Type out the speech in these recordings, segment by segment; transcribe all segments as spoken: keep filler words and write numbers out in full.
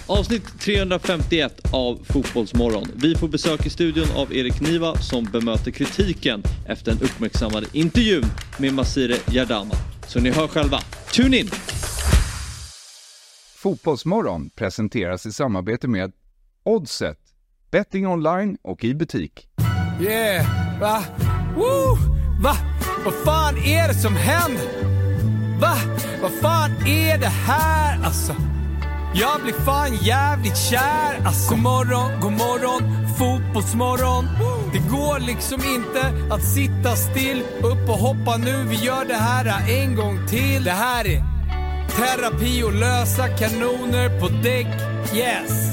Avsnitt trehundrafemtioett av Fotbollsmorgon. Vi får besök i studion av Erik Niva som bemöter kritiken efter den uppmärksammade intervjun med Masire Yardama. Så ni hör själva. Tune in! Fotbollsmorgon presenteras i samarbete med Oddset, betting online och i butik. Yeah, va? Woo! Va? Vad fan är det som händer? Va? Vad fan är det här? Alltså, jag blir fan jävligt kär. Alltså, god morgon, god morgon, fotbollsmorgon. Det går liksom inte att sitta still. Upp och hoppa nu, vi gör det här en gång till. Det här är terapi och lösa kanoner på däck. Yes.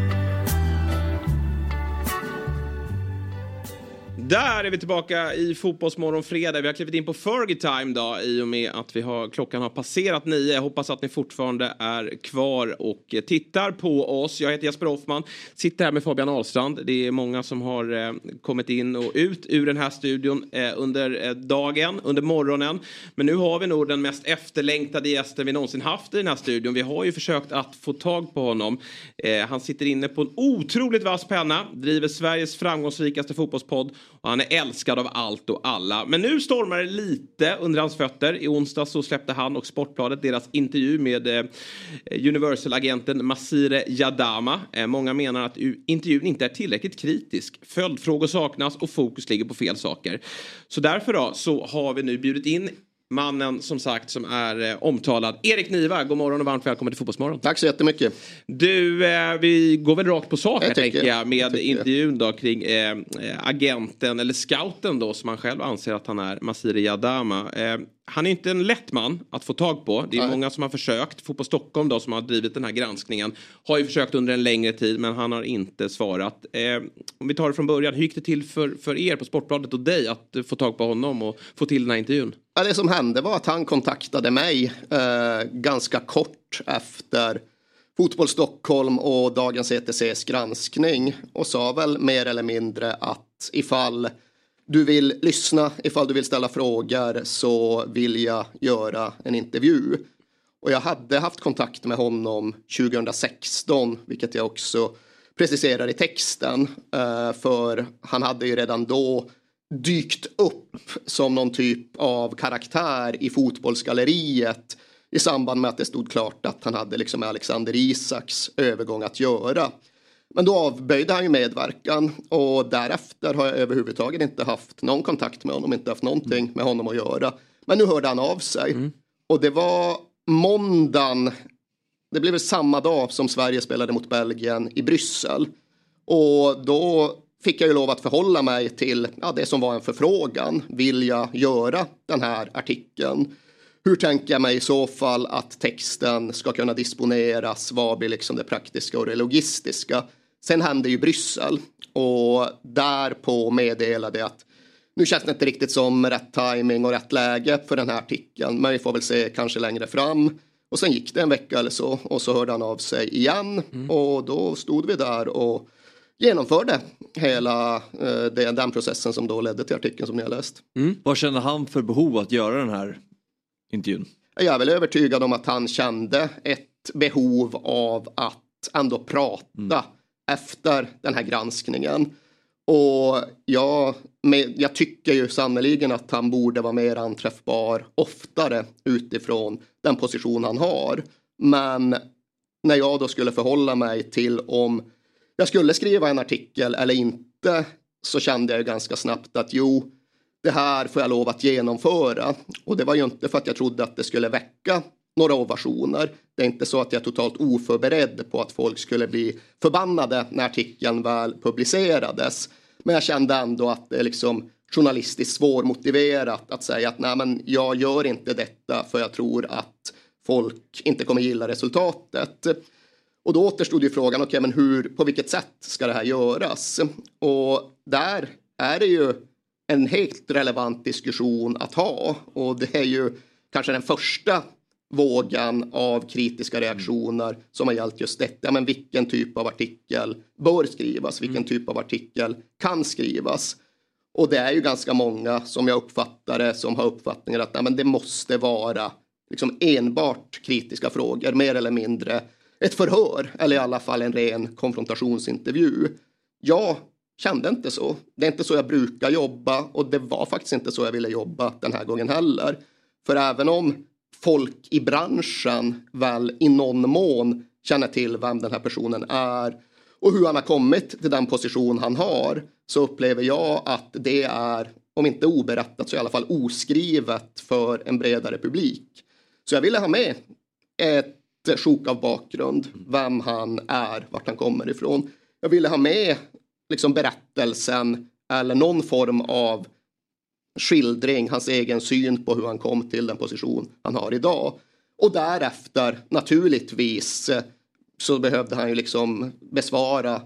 Där är vi tillbaka i Fotbollsmorgon fredag. Vi har klivit in på Fergie Time då, i och med att vi har, klockan har passerat nio. Jag hoppas att ni fortfarande är kvar och tittar på oss. Jag heter Jesper Hoffman, sitter här med Fabian Ahlstrand. Det är många som har eh, kommit in och ut ur den här studion eh, under eh, dagen, under morgonen. Men nu har vi nog den mest efterlängtade gästen vi någonsin haft i den här studion. Vi har ju försökt att få tag på honom. Eh, han sitter inne på en otroligt vass penna, driver Sveriges framgångsrikaste fotbollspodd. Och han är älskad av allt och alla. Men nu stormar det lite under hans fötter. I onsdag så släppte han och Sportbladet deras intervju med eh, Universal-agenten Masire Yardama. Eh, många menar att intervjun inte är tillräckligt kritisk. Följdfrågor saknas och fokus ligger på fel saker. Så därför då så har vi nu bjudit in mannen som sagt som är eh, omtalad. Erik Niva, god morgon och varmt välkommen till Fotbollsmorgon. Tack så jättemycket. Du, eh, vi går väl rakt på sak här, tänker jag, med jag intervjun då kring eh, agenten eller scouten då som han själv anser att han är, Masire Yardama. Eh, han är inte en lätt man att få tag på. Det är Nej. många som har försökt. Fotboll Stockholm då som har drivit den här granskningen har ju försökt under en längre tid men han har inte svarat. Eh, om vi tar det från början, hur gick det till för, för er på Sportbladet och dig att få tag på honom och få till den här intervjun? Ja, det som hände var att han kontaktade mig eh, ganska kort efter Fotboll Stockholm och Dagens E T C:s granskning och sa väl mer eller mindre att ifall du vill lyssna, ifall du vill ställa frågor så vill jag göra en intervju. Och jag hade haft kontakt med honom tjugohundrasexton, vilket jag också preciserar i texten, eh, för han hade ju redan då dykt upp som någon typ av karaktär i fotbollsgalleriet i samband med att det stod klart att han hade liksom Alexander Isaks övergång att göra. Men då avböjde han ju medverkan och därefter har jag överhuvudtaget inte haft någon kontakt med honom, inte haft någonting med honom att göra. Men nu hörde han av sig. Mm. Och det var måndagen, det blev väl samma dag som Sverige spelade mot Belgien i Bryssel. Och då fick jag ju lov att förhålla mig till ja, det som var en förfrågan. Vill jag göra den här artikeln? Hur tänker jag mig i så fall att texten ska kunna disponeras? Vad blir liksom det praktiska och det logistiska? Sen hände ju Bryssel och därpå meddelade jag att nu känns det inte riktigt som rätt timing och rätt läge för den här artikeln. Men vi får väl se kanske längre fram. Och sen gick det en vecka eller så och så hörde han av sig igen. Mm. Och då stod vi där och genomförde hela eh, den, den processen som då ledde till artikeln som ni har läst. Mm. Vad kände han för behov att göra den här intervjun? Jag är väl övertygad om att han kände ett behov av att ändå prata mm. efter den här granskningen. Och jag, med, jag tycker ju sannoliken att han borde vara mer anträffbar oftare utifrån den position han har. Men när jag då skulle förhålla mig till om jag skulle skriva en artikel eller inte så kände jag ju ganska snabbt att jo, det här får jag lov att genomföra. Och det var ju inte för att jag trodde att det skulle väcka några ovationer. Det är inte så att jag är totalt oförberedd på att folk skulle bli förbannade när artikeln väl publicerades. Men jag kände ändå att det är liksom journalistiskt svårmotiverat att säga att nej men jag gör inte detta för jag tror att folk inte kommer gilla resultatet. Och då återstod ju frågan, okej okay, men hur, på vilket sätt ska det här göras? Och där är det ju en helt relevant diskussion att ha. Och det är ju kanske den första vågen av kritiska reaktioner som har gällt just detta. Men vilken typ av artikel bör skrivas? Vilken mm. typ av artikel kan skrivas? Och det är ju ganska många som jag uppfattar det som har uppfattningar att nej, men det måste vara liksom enbart kritiska frågor. Mer eller mindre ett förhör eller i alla fall en ren konfrontationsintervju. Jag kände inte så. Det är inte så jag brukar jobba och det var faktiskt inte så jag ville jobba den här gången heller. För även om folk i branschen väl i någon mån känner till vem den här personen är och hur han har kommit till den position han har, så upplever jag att det är, om inte oberättat så i alla fall oskrivet för en bredare publik. Så jag ville ha med ett sjok av bakgrund, vem han är, vart han kommer ifrån. Jag ville ha med liksom berättelsen eller någon form av skildring, hans egen syn på hur han kom till den position han har idag. Och därefter naturligtvis så behövde han ju liksom besvara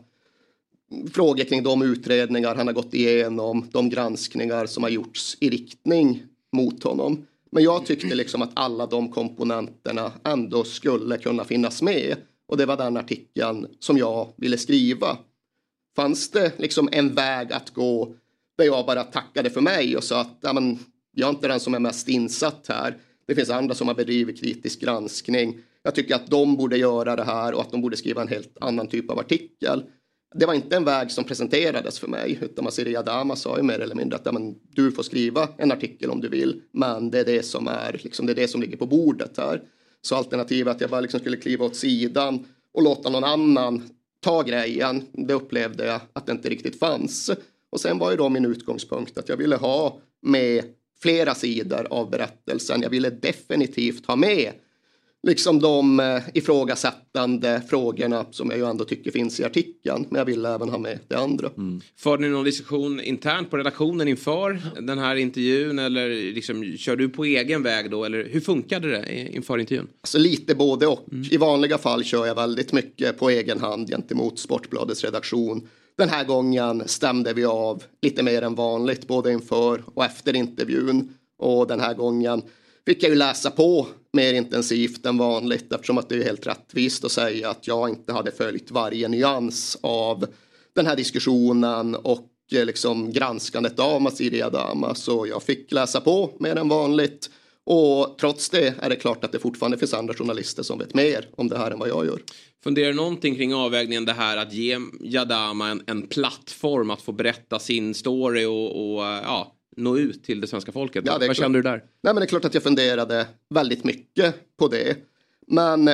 frågor kring de utredningar han har gått igenom, de granskningar som har gjorts i riktning mot honom. Men jag tyckte liksom att alla de komponenterna ändå skulle kunna finnas med. Och det var den artikeln som jag ville skriva. Fanns det liksom en väg att gå där jag bara tackade för mig och sa att ja, men, jag är inte den som är mest insatt här. Det finns andra som har bedrivit kritisk granskning. Jag tycker att de borde göra det här och att de borde skriva en helt annan typ av artikel. Det var inte en väg som presenterades för mig, utan Masire Yadama sa ju mer eller mindre att ja, men, du får skriva en artikel om du vill, men det är det som, är, liksom, det, är det som ligger på bordet här. Så alternativet att jag bara liksom skulle kliva åt sidan och låta någon annan ta grejen, det upplevde jag att det inte riktigt fanns. Och sen var ju då min utgångspunkt att jag ville ha med flera sidor av berättelsen. Jag ville definitivt ha med liksom de ifrågasättande frågorna som jag ju ändå tycker finns i artikeln. Men jag ville även ha med det andra. Mm. För ni någon diskussion internt på redaktionen inför den här intervjun? Eller liksom, kör du på egen väg då? Eller hur funkade det inför intervjun? Alltså lite både och. Mm. I vanliga fall kör jag väldigt mycket på egen hand gentemot Sportbladets redaktion. Den här gången stämde vi av lite mer än vanligt både inför och efter intervjun. Och den här gången fick jag ju läsa på mer intensivt än vanligt eftersom att det är helt rättvist att säga att jag inte hade följt varje nyans av den här diskussionen och liksom granskandet av Masire Yadama. Så jag fick läsa på mer än vanligt. Och trots det är det klart att det fortfarande finns andra journalister som vet mer om det här än vad jag gör. Funderar någonting kring avvägningen det här att ge Yadama en, en plattform att få berätta sin story och, och ja, nå ut till det svenska folket? Ja, vad känner du där? Nej, men det är klart att jag funderade väldigt mycket på det. Men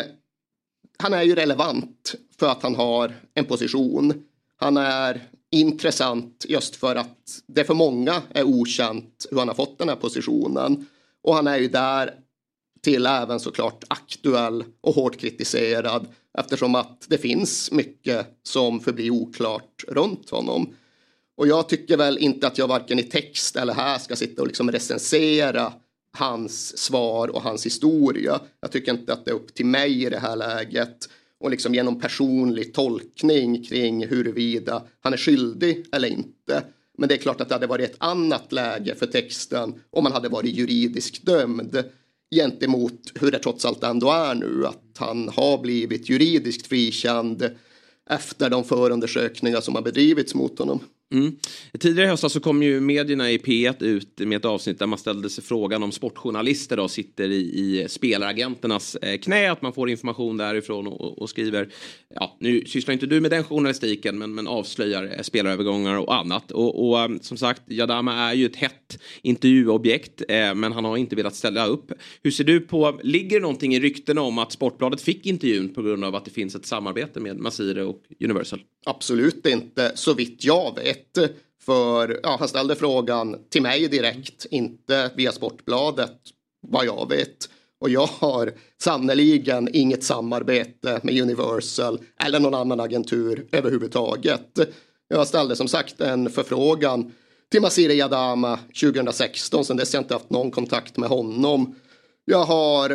han är ju relevant för att han har en position. Han är intressant just för att det för många är okänt hur han har fått den här positionen. Och han är ju där till även såklart aktuell och hårt kritiserad eftersom att det finns mycket som förblir oklart runt honom. Och jag tycker väl inte att jag varken i text eller här ska sitta och liksom recensera hans svar och hans historia. Jag tycker inte att det är upp till mig i det här läget och liksom genom personlig tolkning kring huruvida han är skyldig eller inte. Men det är klart att det hade varit ett annat läge för texten om man hade varit juridiskt dömd gentemot hur det trots allt ändå är nu. Att han har blivit juridiskt frikänd efter de förundersökningar som har bedrivits mot honom. Mm. Tidigare i höstas så kom ju medierna i P ett ut med ett avsnitt där man ställde sig frågan om sportjournalister då sitter i, i spelaragenternas eh, knä, att man får information därifrån och, och skriver, ja, nu sysslar inte du med den journalistiken men, men avslöjar eh, spelarövergångar och annat och, och um, som sagt, Yadama är ju ett hett intervjuobjekt eh, men han har inte velat ställa upp. Hur ser du på, ligger det någonting i ryktena om att Sportbladet fick intervjun på grund av att det finns ett samarbete med Masire och Universal? Absolut inte, så vitt jag vet. För ja, han ställde frågan till mig direkt, inte via Sportbladet, vad jag vet. Och jag har sannoliken inget samarbete med Universal eller någon annan agentur överhuvudtaget. Jag ställde som sagt en förfrågan till Masire Yadama tjugohundrasexton, sen dess jag inte haft någon kontakt med honom. Jag har,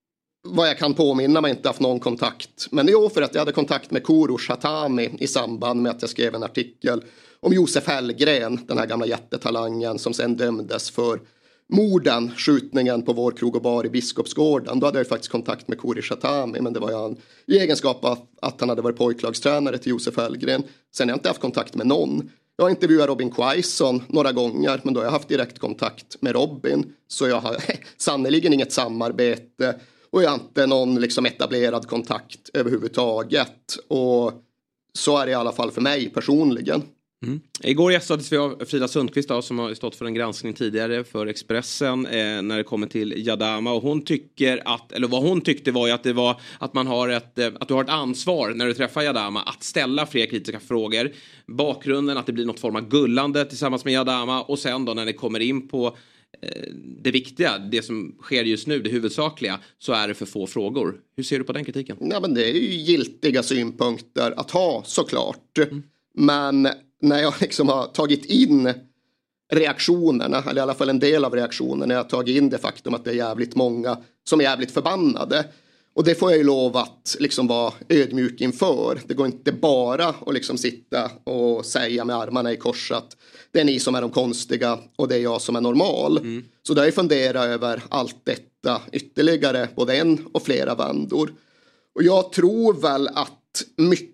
vad jag kan påminna mig, inte haft någon kontakt. Men jo, för att jag hade kontakt med Kourosh Hatami i samband med att jag skrev en artikel om Josef Hellgren, den här gamla jättetalangen som sen dömdes för morden, skjutningen på vår krog och bar i Biskopsgården. Då hade jag faktiskt kontakt med Kourosh Hatami, men det var jag i egenskap av att han hade varit pojklagstränare till Josef Hellgren. Sen har jag inte haft kontakt med någon. Jag har intervjuat Robin Quaison några gånger, men då har jag haft direkt kontakt med Robin. Så jag har sannoliken inget samarbete. Och jag har inte någon liksom etablerad kontakt överhuvudtaget. Och så är det i alla fall för mig personligen. Mm. Igår gästades vi av Frida Sundqvist då, som har stått för en granskning tidigare för Expressen eh, när det kommer till Jadama, och hon tycker att, eller vad hon tyckte var ju att det var att man har ett, att du har ett ansvar när du träffar Jadama att ställa fler kritiska frågor, bakgrunden, att det blir något form av gullande tillsammans med Jadama, och sen då när det kommer in på eh, det viktiga, det som sker just nu, det huvudsakliga, så är det för få frågor. Hur ser du på den kritiken? Ja, men det är ju giltiga synpunkter att ha, såklart. Mm. Men när jag liksom har tagit in reaktionerna, eller i alla fall en del av reaktionerna, när jag har tagit in det faktum att det är jävligt många som är jävligt förbannade. Och det får jag ju lov att liksom vara ödmjuk inför. Det går inte bara att liksom sitta och säga med armarna i kors att det är ni som är de konstiga och det är jag som är normal. Mm. Så då har jag funderat över allt detta ytterligare, både en och flera vändor. Och jag tror väl att mycket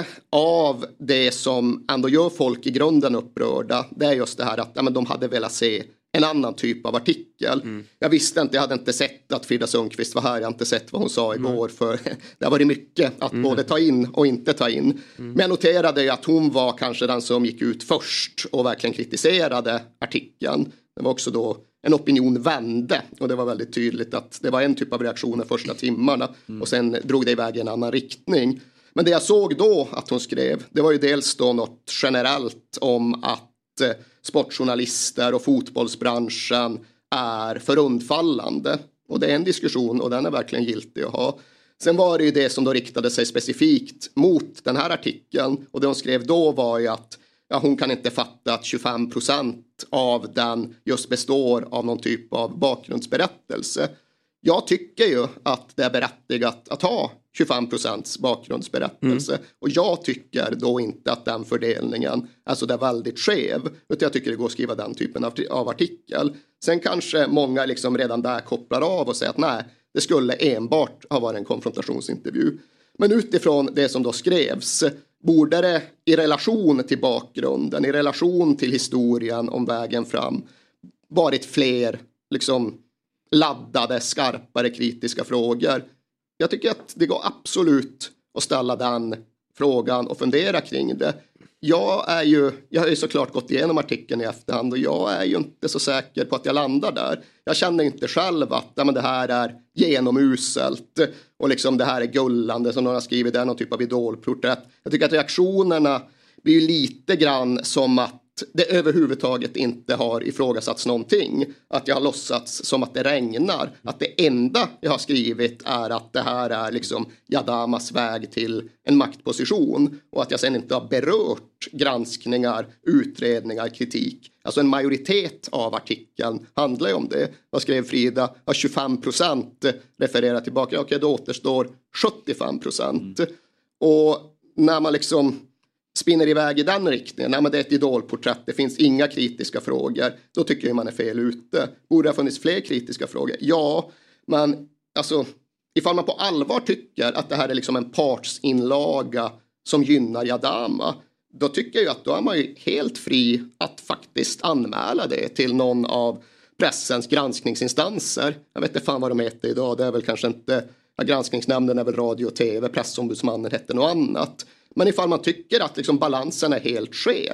av det som ändå gör folk i grunden upprörda, det är just det här att ja, men de hade velat se en annan typ av artikel. Mm. Jag visste inte, jag hade inte sett att Frida Sundqvist var här, jag har inte sett vad hon sa igår, mm. för det har varit mycket att mm. både ta in och inte ta in. Mm. Men jag noterade ju att hon var kanske den som gick ut först och verkligen kritiserade artikeln. Det var också då en opinion vände, och det var väldigt tydligt att det var en typ av reaktioner första timmarna mm. och sen drog det iväg i en annan riktning. Men det jag såg då att hon skrev, det var ju dels då något generellt om att eh, sportjournalister och fotbollsbranschen är för undfallande. Och det är en diskussion och den är verkligen giltig att ha. Sen var det ju det som då riktade sig specifikt mot den här artikeln. Och det hon skrev då var ju att ja, hon kan inte fatta att tjugofem procent av den just består av någon typ av bakgrundsberättelse. Jag tycker ju att det är berättigat att ha tjugofem procents bakgrundsberättelse. Mm. Och jag tycker då inte att den fördelningen är så där väldigt skev. Utan jag tycker det går att skriva den typen av, av artikel. Sen kanske många liksom redan där kopplar av och säger att nej, det skulle enbart ha varit en konfrontationsintervju. Men utifrån det som då skrevs, borde det i relation till bakgrunden, i relation till historien om vägen fram, varit fler liksom laddade, skarpare, kritiska frågor. Jag tycker att det går absolut att ställa den frågan och fundera kring det. Jag är ju, jag har ju såklart gått igenom artikeln i efterhand och jag är ju inte så säker på att jag landar där. Jag känner inte själv att ja, men det här är genomuselt och liksom det här är gullande som någon har skrivit, det är någon typ av idolporträtt. Jag tycker att reaktionerna blir lite grann som att det överhuvudtaget inte har ifrågasatts någonting. Att jag har låtsats som att det regnar. Att det enda jag har skrivit är att det här är liksom Jadamas väg till en maktposition. Och att jag sen inte har berört granskningar, utredningar, kritik. Alltså en majoritet av artikeln handlar ju om det. Vad skrev Frida? Att tjugofem procent refererar tillbaka. Okej, då återstår sjuttiofem procent. Mm. Och när man liksom spinner iväg i den riktningen, nej men det är ett idolporträtt, det finns inga kritiska frågor, då tycker jag man är fel ute. Borde det ha funnits fler kritiska frågor? Ja, men alltså ifall man på allvar tycker att det här är liksom en partsinlaga som gynnar Jadama, då tycker jag att då är man ju helt fri att faktiskt anmäla det till någon av pressens granskningsinstanser. Jag vet inte fan vad de heter idag, det är väl kanske inte, ja, granskningsnämnden är väl radio och tv, pressombudsmannen heter något annat. Men ifall man tycker att liksom balansen är helt skev,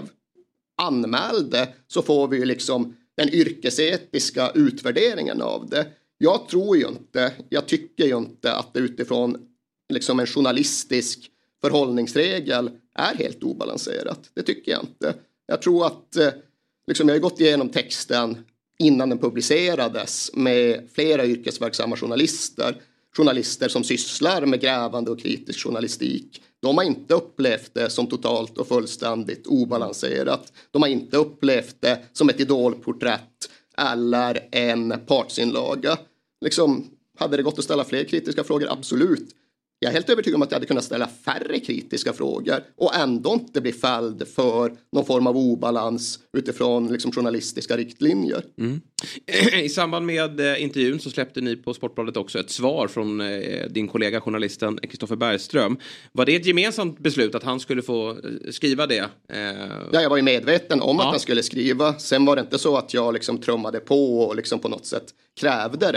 anmäl det, så får vi ju liksom den yrkesetiska utvärderingen av det. Jag tror ju inte, jag tycker ju inte att det utifrån liksom en journalistisk förhållningsregel är helt obalanserat. Det tycker jag inte. Jag tror att liksom, jag har gått igenom texten innan den publicerades med flera yrkesverksamma journalister. Journalister som sysslar med grävande och kritisk journalistik. De har inte upplevt det som totalt och fullständigt obalanserat. De har inte upplevt det som ett idolporträtt eller en partsinlaga. Liksom, hade det gått att ställa fler kritiska frågor? Absolut. Jag är helt övertygad om att jag hade kunnat ställa färre kritiska frågor och ändå inte bli fälld för någon form av obalans utifrån liksom journalistiska riktlinjer. Mm. I samband med eh, intervjun så släppte ni på Sportbladet också ett svar från eh, din kollega journalisten Kristoffer Bergström. Var det ett gemensamt beslut att han skulle få eh, skriva det? Eh... Ja, jag var ju medveten om ja. att han skulle skriva. Sen var det inte så att jag liksom trummade på och liksom på något sätt krävde det.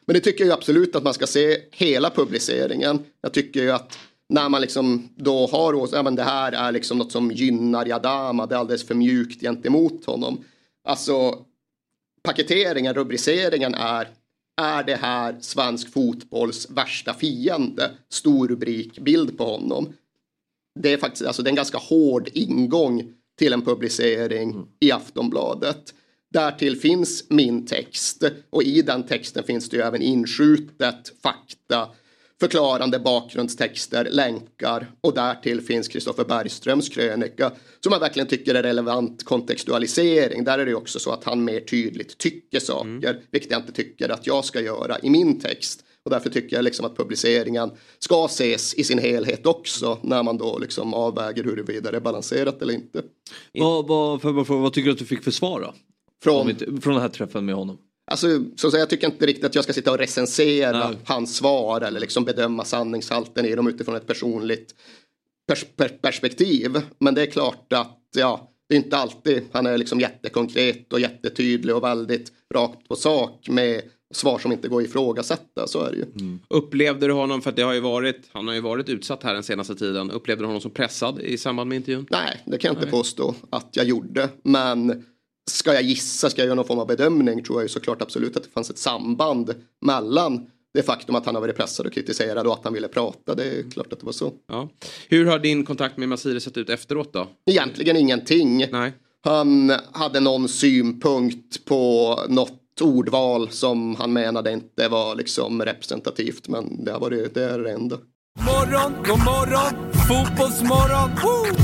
Men det tycker jag absolut att man ska se hela publiceringen. Jag tycker ju att när man liksom då har, ja men det här är liksom något som gynnar Jadama, det är alldeles för mjukt gentemot honom. Alltså paketeringen, rubriceringen är, är det här svensk fotbolls värsta fiende? Stor rubrik, bild på honom. Det är faktiskt, alltså det är en ganska hård ingång till en publicering mm. i Aftonbladet. Därtill finns min text och i den texten finns det ju även inskjutet fakta, förklarande bakgrundstexter, länkar och därtill finns Kristoffer Bergströms krönika som jag verkligen tycker är relevant kontextualisering. Där är det också så att han mer tydligt tycker saker, mm. vilket jag inte tycker att jag ska göra i min text. Och därför tycker jag liksom att publiceringen ska ses i sin helhet också när man då liksom avväger huruvida det är balanserat eller inte. Vad, vad, för, vad, vad tycker du att du fick för svar då? Från, från den här träffen med honom? Alltså, så att säga, jag tycker inte riktigt att jag ska sitta och recensera Nej. hans svar eller liksom bedöma sanningshalten i dem utifrån ett personligt pers- per- perspektiv. Men det är klart att ja, det är inte alltid han är liksom jättekonkret och jättetydlig och väldigt rakt på sak med svar som inte går att ifrågasätta, så är det ju. Mm. Upplevde du honom, för att det har ju varit, han har ju varit utsatt här den senaste tiden, upplevde du honom som pressad i samband med intervjun? Nej, det kan jag inte Nej. påstå att jag gjorde, men ska jag gissa, ska jag göra någon form av bedömning, tror jag ju såklart absolut att det fanns ett samband mellan det faktum att han har varit pressad och kritiserad och att han ville prata. Det är klart att det var så. Ja. Hur har din kontakt med Masire sett ut efteråt då? Egentligen ingenting. Nej. Han hade någon synpunkt på något ordval som han menade inte var liksom representativt, men det var det, det är det enda. Morgon, god morgon, fotbollsmorgon. Woo!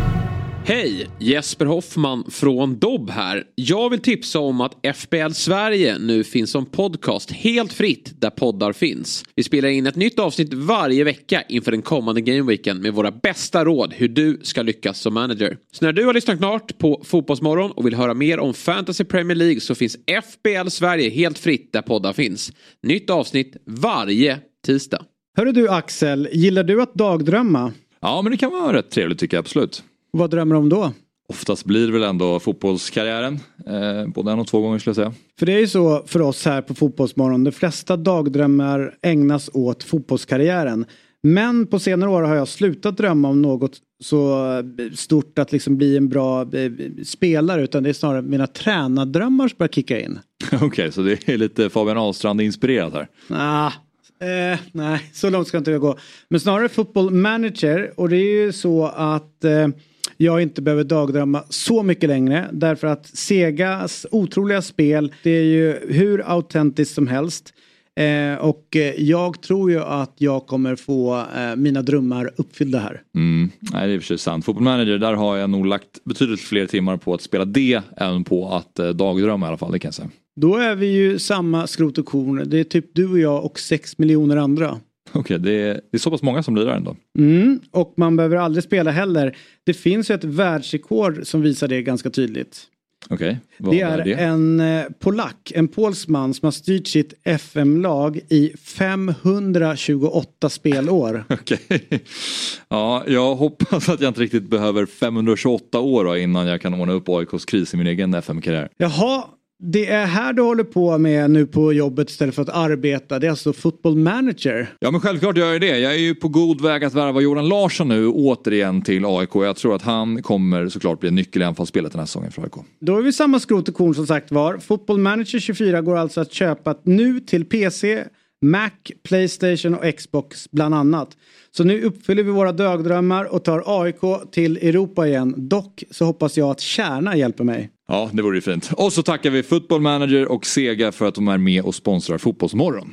Hej, Jesper Hoffman från Dobb här. Jag vill tipsa om att F B L Sverige nu finns som podcast helt fritt där poddar finns. Vi spelar in ett nytt avsnitt varje vecka inför den kommande gameweeken med våra bästa råd hur du ska lyckas som manager. Så när du har lyssnat klart på Fotbollsmorgon och vill höra mer om Fantasy Premier League så finns F B L Sverige helt fritt där poddar finns. Nytt avsnitt varje tisdag. Hörru du Axel, gillar du att dagdrömma? Ja, men det kan vara rätt trevligt tycker jag absolut. Vad drömmer du om då? Oftast blir det väl ändå fotbollskarriären. Eh, både en och två gånger skulle jag säga. För det är ju så för oss här på Fotbollsmorgon. De flesta dagdrömmar ägnas åt fotbollskarriären. Men på senare år har jag slutat drömma om något så stort att liksom bli en bra spelare. Utan det är snarare mina tränardrömmar som börjar kicka in. Okej, okay, så det är lite Fabian Ahlstrand inspirerat här. Ah. Eh, nej, så långt ska inte jag gå. Men snarare football manager. Och det är ju så att eh, jag inte behöver dagdrömma så mycket längre. Därför att Segas otroliga spel, det är ju hur autentiskt som helst. Eh, och eh, jag tror ju att jag kommer få eh, mina drömmar uppfyllda här. Mm. Nej, det är för sig sant. Football manager, där har jag nog lagt betydligt fler timmar på att spela det än på att eh, dagdrömma i alla fall, det kan jag säga. Då är vi ju samma skrot och korn. Det är typ du och jag och sex miljoner andra. Okej, okay, det, är, det är så pass många som blir där ändå. Mm, och man behöver aldrig spela heller. Det finns ju ett världsrekord som visar det ganska tydligt. Okej, okay, det är, är det? en eh, polack, en polsman som har styrt sitt F M-lag i femhundratjugoåtta spelår. Okej, okay. Ja, jag hoppas att jag inte riktigt behöver femhundratjugoåtta år då, innan jag kan ordna upp A I K:s kris i min egen F M-karriär. Jaha, det är här du håller på med nu på jobbet istället för att arbeta. Det är alltså football manager. Ja, men självklart gör jag det. Jag är ju på god väg att värva Jordan Larsson nu återigen till A I K. Jag tror att han kommer såklart bli en nyckel i anfallsspelet den här säsongen för A I K. Då är vi samma skrot och korn som sagt var. Football Manager tjugofyra går alltså att köpa nu till P C, Mac, PlayStation och Xbox bland annat. Så nu uppfyller vi våra dagdrömmar och tar A I K till Europa igen. Dock så hoppas jag att Kärna hjälper mig. Ja, det vore ju fint. Och så tackar vi Football Manager och Sega för att de är med och sponsrar Fotbollsmorgon.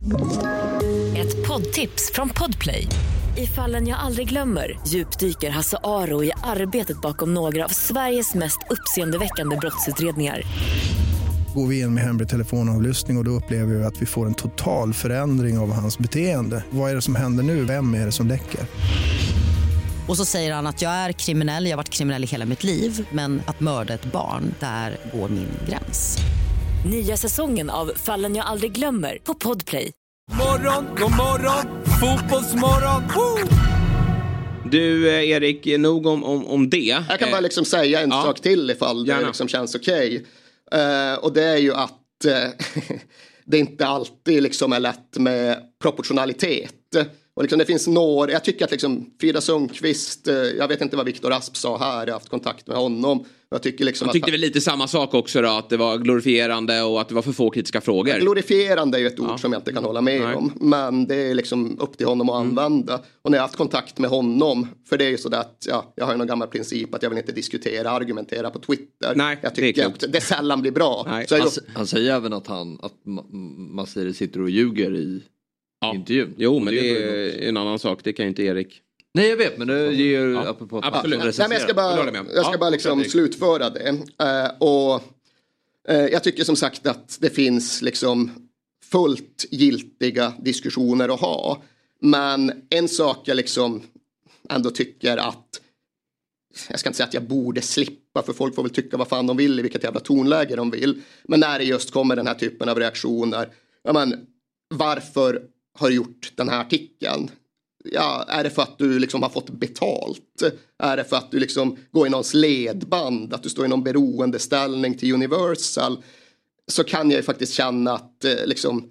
Ett poddtips från Podplay. I Fallen jag aldrig glömmer djupdyker Hasse Aro i arbetet bakom några av Sveriges mest uppseendeväckande brottsutredningar. Går vi in med hemlig telefonavlyssning och, och då upplever vi att vi får en total förändring av hans beteende. Vad är det som händer nu? Vem är det som läcker? Och så säger han att jag är kriminell, jag har varit kriminell i hela mitt liv. Men att mörda ett barn, där går min gräns. Nya säsongen av Fallen jag aldrig glömmer på Podplay. Morgon, god morgon, fotbollsmorgon. Woo! Du Erik, nog om, om, om det. Jag kan bara liksom säga en ja. sak till ifall det liksom känns okej. Okay. Uh, och det är ju att uh, det inte alltid liksom är lätt med proportionalitet. Och liksom det finns några, jag tycker att liksom Frida Sundqvist, jag vet inte vad Viktor Asp sa här, jag har haft kontakt med honom. Jag tycker liksom jag tyckte att, väl lite samma sak också då, att det var glorifierande och att det var för få kritiska frågor. Glorifierande är ju ett ord ja. som jag inte kan hålla med Nej. om. Men det är liksom upp till honom att mm. använda. Och när jag har haft kontakt med honom, för det är ju så att ja, jag har ju någon gammal princip att jag vill inte diskutera, argumentera på Twitter. Nej, jag tycker det att det sällan blir bra. Nej. Så jag, han, han säger även att han att Masire sitter och ljuger i ja. intervjun. Jo, men det, det är en annan sak. Det kan ju inte Erik. Nej, jag vet, men det ger ju ja. apropå att absolut. Nej, men jag ska bara, jag ska ja, bara liksom slutföra det. Uh, och uh, jag tycker som sagt att det finns liksom fullt giltiga diskussioner att ha. Men en sak jag liksom ändå tycker att jag ska inte säga att jag borde slippa, för folk får väl tycka vad fan de vill i vilket jävla tonläge de vill. Men när det just kommer den här typen av reaktioner, ja men varför har du gjort den här artikeln? Ja, är det för att du liksom har fått betalt? Är det för att du liksom går i någons ledband? Att du står i någon beroendeställning till Universal? Så kan jag ju faktiskt känna att eh, liksom,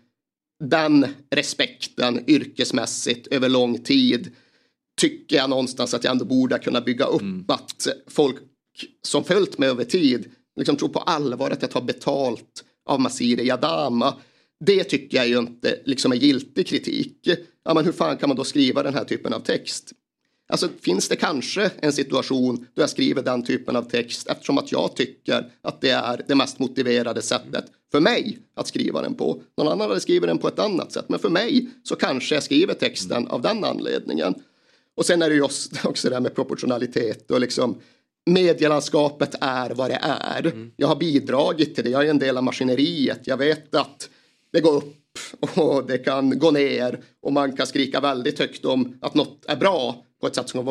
den respekten yrkesmässigt över lång tid tycker jag någonstans att jag ändå borde kunna bygga upp. Mm. Att folk som följt mig över tid liksom tror på allvar att jag tar betalt av Masire Yadama. Det tycker jag ju inte liksom är giltig kritik. Ja, men hur fan kan man då skriva den här typen av text? Alltså finns det kanske en situation då jag skriver den typen av text eftersom att jag tycker att det är det mest motiverade sättet för mig att skriva den på. Någon annan hade skrivit den på ett annat sätt. Men för mig så kanske jag skriver texten av den anledningen. Och sen är det ju också det här med proportionalitet och liksom medielandskapet är vad det är. Mm. Jag har bidragit till det. Jag är en del av maskineriet. Jag vet att det går upp och det kan gå ner och man kan skrika väldigt högt om att något är bra på ett sätt som var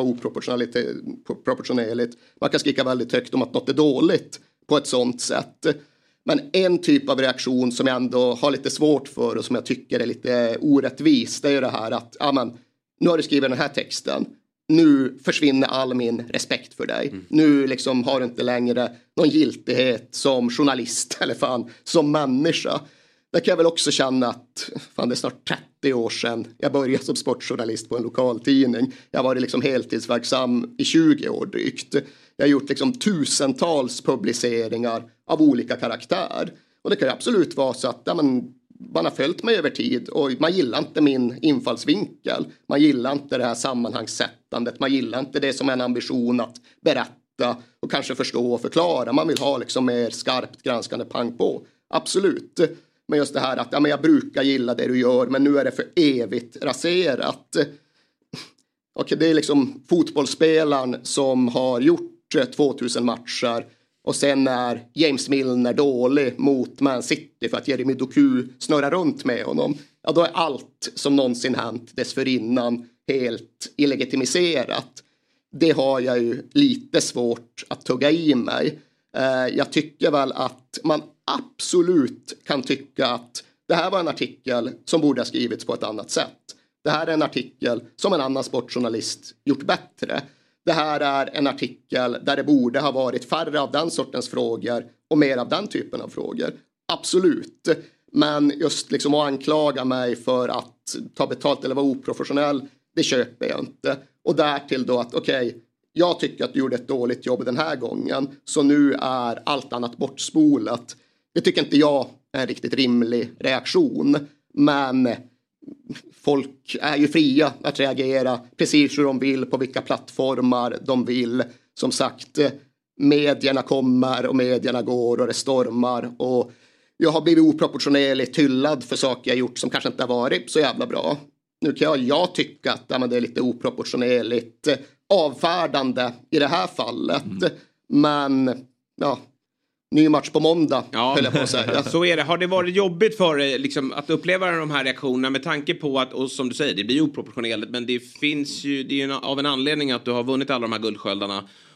oproportionerligt. Man kan skrika väldigt högt om att något är dåligt på ett sånt sätt. Men en typ av reaktion som jag ändå har lite svårt för och som jag tycker är lite orättvis, det är ju det här att ja, men, nu har du skrivit den här texten. Nu försvinner all min respekt för dig. Mm. Nu liksom har du inte längre någon giltighet som journalist eller fan som människa. Det kan jag väl också känna att fan, det är snart trettio år sedan jag började som sportjournalist på en lokaltidning. Jag har varit liksom heltidsverksam i tjugo år drygt. Jag har gjort liksom tusentals publiceringar av olika karaktär. Och det kan ju absolut vara så att ja, men, man har följt mig över tid och man gillar inte min infallsvinkel. Man gillar inte det här sammanhangssättandet. Man gillar inte det som en ambition att berätta och kanske förstå och förklara. Man vill ha liksom mer skarpt granskande pang på. Absolut. Men just det här att ja, men jag brukar gilla det du gör men nu är det för evigt raserat. Okej, det är liksom fotbollsspelaren som har gjort tvåtusen matcher och sen är James Milner dålig mot Man City för att Jeremy Doku snurrar runt med honom. Ja, då är allt som någonsin hänt dessförinnan helt illegitimiserat. Det har jag ju lite svårt att tugga i mig. Jag tycker väl att man absolut kan tycka att det här var en artikel som borde ha skrivits på ett annat sätt. Det här är en artikel som en annan sportjournalist gjort bättre. Det här är en artikel där det borde ha varit färre av den sortens frågor och mer av den typen av frågor. Absolut. Men just liksom att anklaga mig för att ta betalt eller vara oprofessionell, det köper jag inte. Och därtill då att okej, okay, jag tycker att du gjorde ett dåligt jobb den här gången så nu är allt annat bortspolat. Det tycker inte jag är en riktigt rimlig reaktion. Men folk är ju fria att reagera precis hur de vill på vilka plattformar de vill. Som sagt, medierna kommer och medierna går och det stormar. Och jag har blivit oproportionerligt hyllad för saker jag gjort som kanske inte har varit så jävla bra. Nu kan jag, jag tycka att ja, men det är lite oproportionerligt avfärdande i det här fallet. Mm. Men ja, ny match på måndag, ja, höll jag på att säga. Så är det. Har det varit jobbigt för dig liksom, att uppleva de här reaktionerna med tanke på att, och som du säger, det blir oproportionerligt, men det finns ju, det är ju av en anledning att du har vunnit alla de här guldsköldarna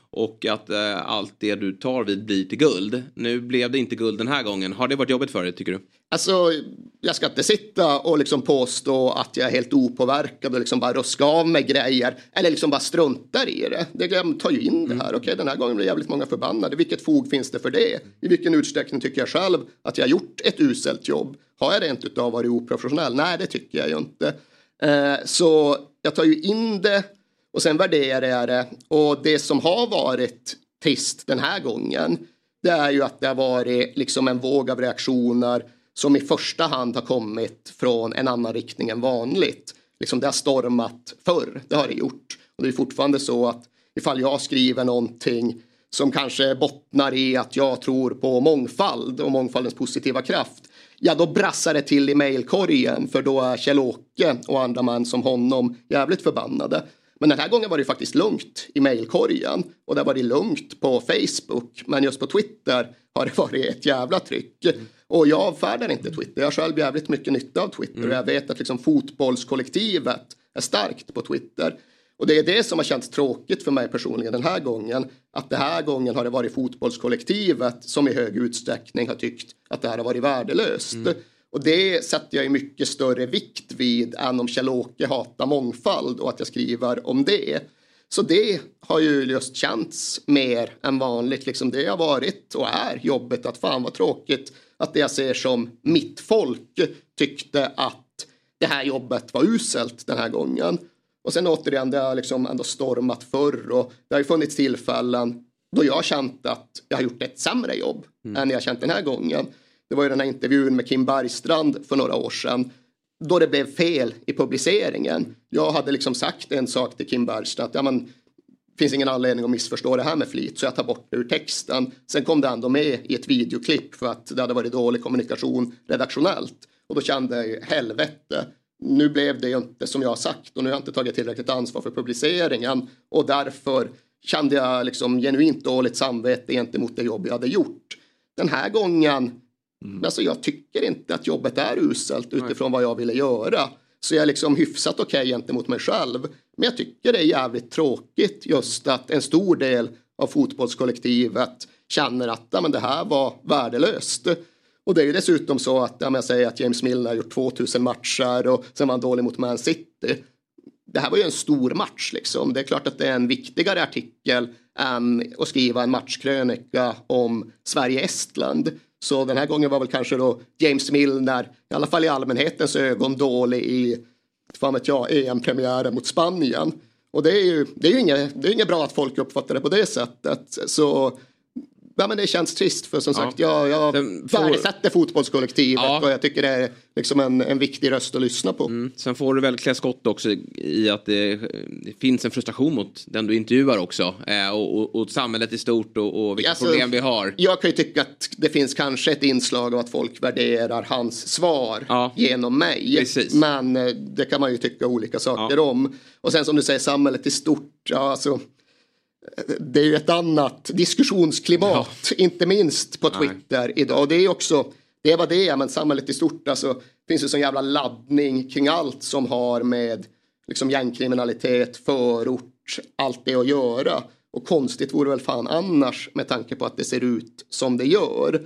och att eh, allt det du tar vid blir till guld. Nu blev det inte guld den här gången. Har det varit jobbigt för dig, tycker du? Alltså, jag ska inte sitta och liksom påstå att jag är helt opåverkad och liksom bara ruska av med grejer. Eller liksom bara struntar i det. Det tar ju in det här. Okej, den här gången blir jävligt många förbannade. Vilket fog finns det för det? I vilken utsträckning tycker jag själv att jag har gjort ett uselt jobb? Har jag rent utav varit oprofessionell? Nej, det tycker jag ju inte. Eh, så jag tar ju in det och sen värderar jag det. Och det som har varit trist den här gången, det är ju att det har varit liksom en våg av reaktioner som i första hand har kommit från en annan riktning än vanligt. Liksom det har stormat förr, det har det gjort. Och det är fortfarande så att ifall jag skriver någonting som kanske bottnar i att jag tror på mångfald och mångfaldens positiva kraft, ja då brassar det till i mejlkorgen, för då är Kjell-Åke och andra män som honom jävligt förbannade. Men den här gången var det faktiskt lugnt i mejlkorgen och det var det lugnt på Facebook, men just på Twitter har det varit ett jävla tryck. Mm. Och jag avfärdar inte Twitter, jag har själv jävligt mycket nytta av Twitter mm. och jag vet att liksom fotbollskollektivet är starkt på Twitter. Och det är det som har känts tråkigt för mig personligen den här gången. Att den här gången har det varit fotbollskollektivet som i hög utsträckning har tyckt att det här har varit värdelöst. Mm. Och det sätter jag i mycket större vikt vid än om Kjell-Åke hatar mångfald och att jag skriver om det. Så det har ju just känts mer än vanligt. Liksom det har varit och är jobbet att fan vad tråkigt att det jag ser som mitt folk tyckte att det här jobbet var uselt den här gången. Och sen återigen, det har liksom ändå stormat förr och det har ju funnits tillfällen då jag har känt att jag har gjort ett sämre jobb mm. än jag har känt den här gången. Det var ju den här intervjun med Kim Bergstrand för några år sedan då det blev fel i publiceringen. Jag hade liksom sagt en sak till Kim Bergstrand att ja, men, finns ingen anledning att missförstå det här med flit, så jag tar bort det ur texten. Sen kom det ändå med i ett videoklipp för att det hade varit dålig kommunikation redaktionellt. Och då kände jag ju helvete. Nu blev det ju inte som jag har sagt och nu har jag inte tagit tillräckligt ansvar för publiceringen. Och därför kände jag liksom genuint dåligt samvete gentemot det jobb jag hade gjort. Den här gången, mm. alltså jag tycker inte att jobbet är uselt utifrån vad jag ville göra. Så jag är liksom hyfsat okej gentemot mig själv. Men jag tycker det är jävligt tråkigt just att en stor del av fotbollskollektivet känner att ja, men det här var värdelöst. Och det är ju dessutom så att ja, jag säger att James Milner har gjort tvåtusen matcher och sen var han dålig mot Man City. Det här var ju en stor match liksom. Det är klart att det är en viktigare artikel än att skriva en matchkrönika om Sverige-Estland. Så den här gången var väl kanske då James Milner, i alla fall i allmänhetens ögon, dålig i fan vet jag, E M-premiären mot Spanien. Och det är ju, det är ju inget, det är inget bra att folk uppfattar det på det sättet. Så ja, men det känns trist för som sagt, ja. jag, jag får... värdesätter fotbollskollektivet ja. och jag tycker det är liksom en, en viktig röst att lyssna på. Mm. Sen får du väl klä skott också i att det, det finns en frustration mot den du intervjuar också eh, och, och, och samhället i stort och, och vilka alltså, problem vi har. Jag kan ju tycka att det finns kanske ett inslag av att folk värderar hans svar ja. genom mig. Precis. Men det kan man ju tycka olika saker ja. om. Och sen som du säger, samhället i stort, ja alltså det är ju ett annat diskussionsklimat, ja. inte minst på Twitter Nej. idag. Och det är också, det är vad det är, men samhället i stort, alltså finns det sån jävla laddning kring allt som har med liksom gängkriminalitet, förort, allt det att göra. Och konstigt vore väl fan annars med tanke på att det ser ut som det gör.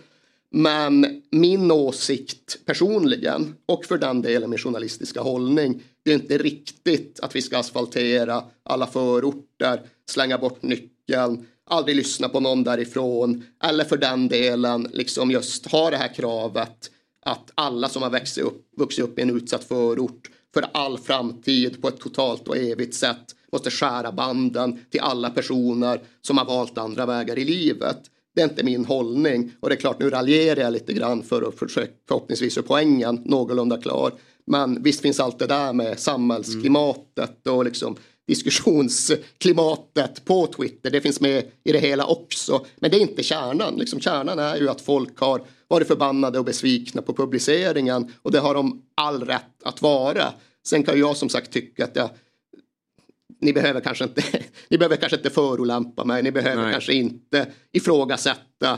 Men min åsikt personligen och för den delen min journalistiska hållning, det är inte riktigt att vi ska asfaltera alla förorter, slänga bort nyckeln, aldrig lyssna på någon därifrån eller för den delen liksom just ha det här kravet att alla som har växt upp, vuxit upp i en utsatt förort för all framtid på ett totalt och evigt sätt måste skära banden till alla personer som har valt andra vägar i livet. Det är inte min hållning och det är klart nu raljerar jag lite grann för att försöka förhoppningsvis är poängen någorlunda klar. Men visst finns allt det där med samhällsklimatet och liksom diskussionsklimatet på Twitter. Det finns med i det hela också. Men det är inte kärnan. Liksom kärnan är ju att folk har varit förbannade och besvikna på publiceringen. Och det har de all rätt att vara. Sen kan jag som sagt tycka att jag, ni behöver kanske inte ni behöver kanske inte förolämpa mig. Ni behöver Nej. kanske inte ifrågasätta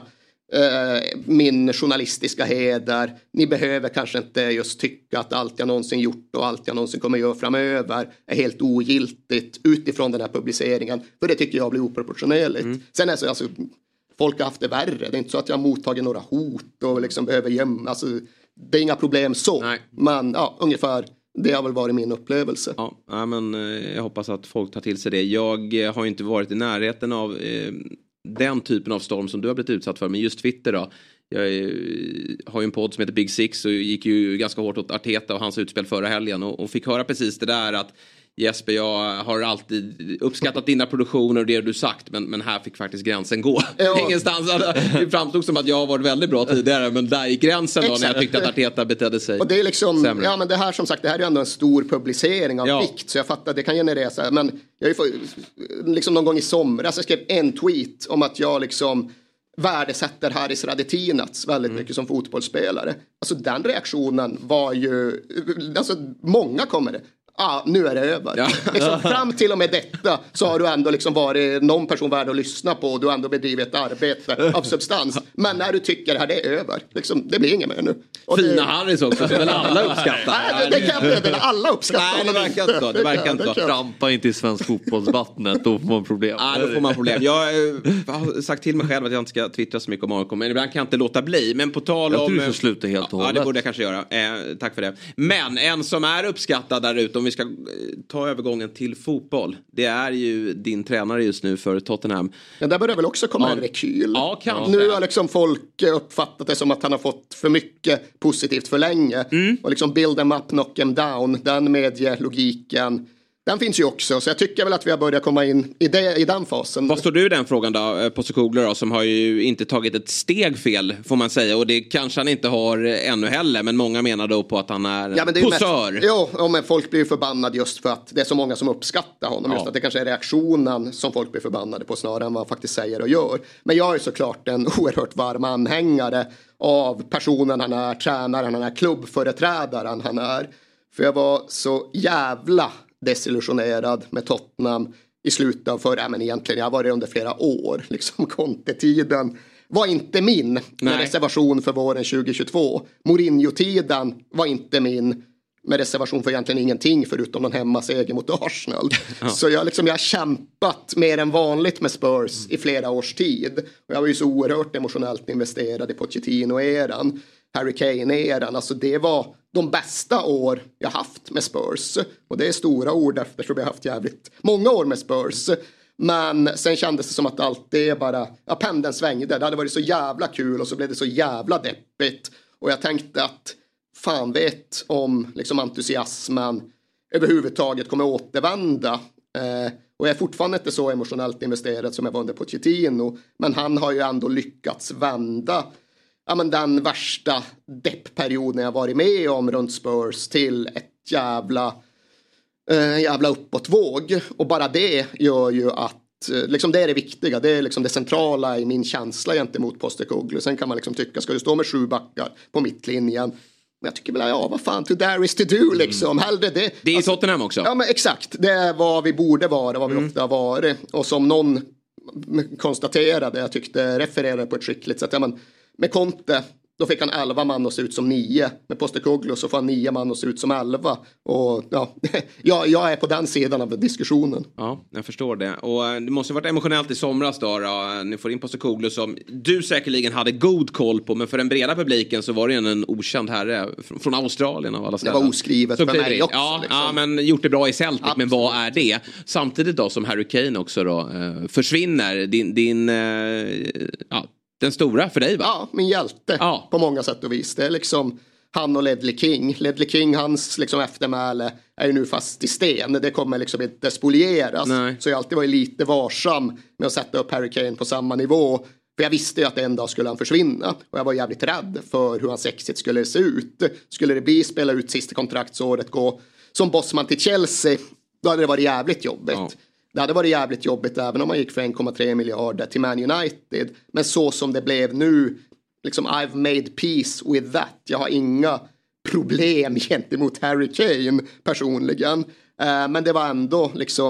eh, min journalistiska heder. Ni behöver kanske inte just tycka att allt jag någonsin gjort och allt jag någonsin kommer göra framöver är helt ogiltigt utifrån den här publiceringen. För det tycker jag blir oproportionerligt. Mm. Sen är så alltså, folk har haft det värre. Det är inte så att jag har mottagit några hot och liksom behöver gömma. Alltså, det är inga problem så. Nej. Men ja, ungefär det har väl varit min upplevelse. Ja, ja, men jag hoppas att folk tar till sig det. Jag har ju inte varit i närheten av eh, den typen av storm som du har blivit utsatt för. Men just Twitter då. Jag är, har ju en podd som heter Big Six och gick ju ganska hårt åt Arteta och hans utspel förra helgen. Och, och fick höra precis det där att Jesper, jag har alltid uppskattat dina produktioner och det du sagt, men, men här fick faktiskt gränsen gå. Ja. Ingenstans. Det framstod som att jag har varit väldigt bra tidigare, men där gick gränsen då. Exakt. När jag tyckte att Arteta betedde sig och det är liksom, sämre. Ja, men det här som sagt, det här är ju ändå en stor publicering av ja. vikt, så jag fattar, det kan generera så här, men jag har ju liksom någon gång i somras, jag skrev en tweet om att jag liksom värdesätter Haris Radetinac väldigt mm. mycket som fotbollsspelare. Alltså den reaktionen var ju, alltså många kommer det. Ah, nu är det över. Ja. Liksom, fram till och med detta så har du ändå liksom varit någon person värd att lyssna på och du har ändå bedrivit ett arbete av substans. Men när du tycker att det är över, liksom, det blir inget mer nu. Och Fina det... Harris också, som väl alla uppskattar. Nej, det, det kan inte, det alla uppskattar. Nej, det verkar inte så. Det verkar inte så. Trampa inte i svensk fotbollsvattnet, då får man problem. Ja, då får man problem. Jag har sagt till mig själv att jag inte ska twittra så mycket om A I K, men ibland kan jag inte låta bli. Men på tal om... Jag tror du får sluta helt och hållet. Ja, det borde jag kanske göra. Eh, tack för det. Men en som är uppskattad där ute, om vi ska ta övergången till fotboll. Det är ju din tränare just nu för Tottenham. Ja, där börjar väl också komma ja. en rekyl. Ja, kanske. Nu har liksom folk uppfattat det som att han har fått för mycket positivt för länge. Mm. Och liksom build them up, knock them down. Den medielogiken, den finns ju också. Så jag tycker väl att vi har börjat komma in i, det, i den fasen. Vad står du i den frågan då? Postecoglou då, som har ju inte tagit ett steg fel, får man säga. Och det kanske han inte har ännu heller. Men många menar då på att han är ja, men det är posör. Mest, jo, ja, men folk blir ju förbannade just för att det är så många som uppskattar honom. Ja. Just att det kanske är reaktionen som folk blir förbannade på snarare än vad han faktiskt säger och gör. Men jag är såklart en oerhört varm anhängare av personen han är, tränaren han är, klubbföreträdaren han är. För jag var så jävla desillusionerad med Tottenham i slutet av förra, men egentligen jag var det under flera år, liksom Conte-tiden var inte min med reservation för våren tjugohundratjugotvå. Mourinho-tiden var inte min med reservation för egentligen ingenting förutom någon hemmaseger mot Arsenal. Ja. Så jag, liksom, jag har kämpat mer än vanligt med Spurs i flera års tid. Och jag var ju så oerhört emotionellt investerad i Pochettino-eran, Harry Kane-eran. Alltså det var de bästa år jag haft med Spurs. Och det är stora ord eftersom jag har haft jävligt många år med Spurs. Men sen kändes det som att allt det bara, ja, pendeln svängde. Det hade varit så jävla kul och så blev det så jävla deppigt. Och jag tänkte att fan vet om liksom entusiasmen överhuvudtaget kommer återvända. Eh, och jag är fortfarande inte så emotionellt investerad som jag var under Pochettino. Men han har ju ändå lyckats vända ja, men den värsta deppperioden jag varit med om runt Spurs till ett jävla, eh, jävla uppåtvåg. Och bara det gör ju att eh, liksom det är det viktiga. Det är liksom det centrala i min känsla gentemot Postecoglou. Sen kan man liksom tycka, ska du stå med sju backar på mittlinjen? Men jag tycker väl, ja vad fan, to there is to do liksom. Hellre det. Det är alltså, Tottenham också. Ja men exakt, det är vad vi borde vara, vad vi mm. ofta har varit. Och som någon konstaterade, jag tyckte refererade på ett skickligt sätt. Ja, men, med Conte, då fick han elva man att se ut som nio. Med Postecoglou så får han nio man att se ut som elva. Och ja, jag, jag är på den sidan av diskussionen. Ja, jag förstår det. Och det måste ha varit emotionellt i somras då. då. Ni får in Postecoglou som du säkerligen hade god koll på. Men för den breda publiken så var det en okänd herre från Australien av alla ställen. Det var oskrivet så för mig också. Ja, liksom. ja, men gjort det bra i Celtic. Absolut. Men vad är det? Samtidigt då som Harry Kane också då eh, försvinner. Din, din eh, ja, den stora för dig va? Ja, min hjälte ja. På många sätt och vis. Det är liksom han och Ledley King. Ledley King, hans liksom eftermäle är ju nu fast i sten. Det kommer liksom inte spolieras. Nej. Så jag har alltid varit lite varsam med att sätta upp Harry Kane på samma nivå. För jag visste ju att en dag skulle han försvinna. Och jag var jävligt rädd för hur hans exit skulle se ut. Skulle det bli spela ut sista kontraktsåret, gå som bossman till Chelsea, då hade det varit jävligt jobbigt. Ja. Det hade varit jävligt jobbigt även om man gick för en komma tre miljarder till Man United. Men så som det blev nu, liksom I've made peace with that. Jag har inga problem gentemot Harry Kane personligen. Uh, men det var ändå liksom,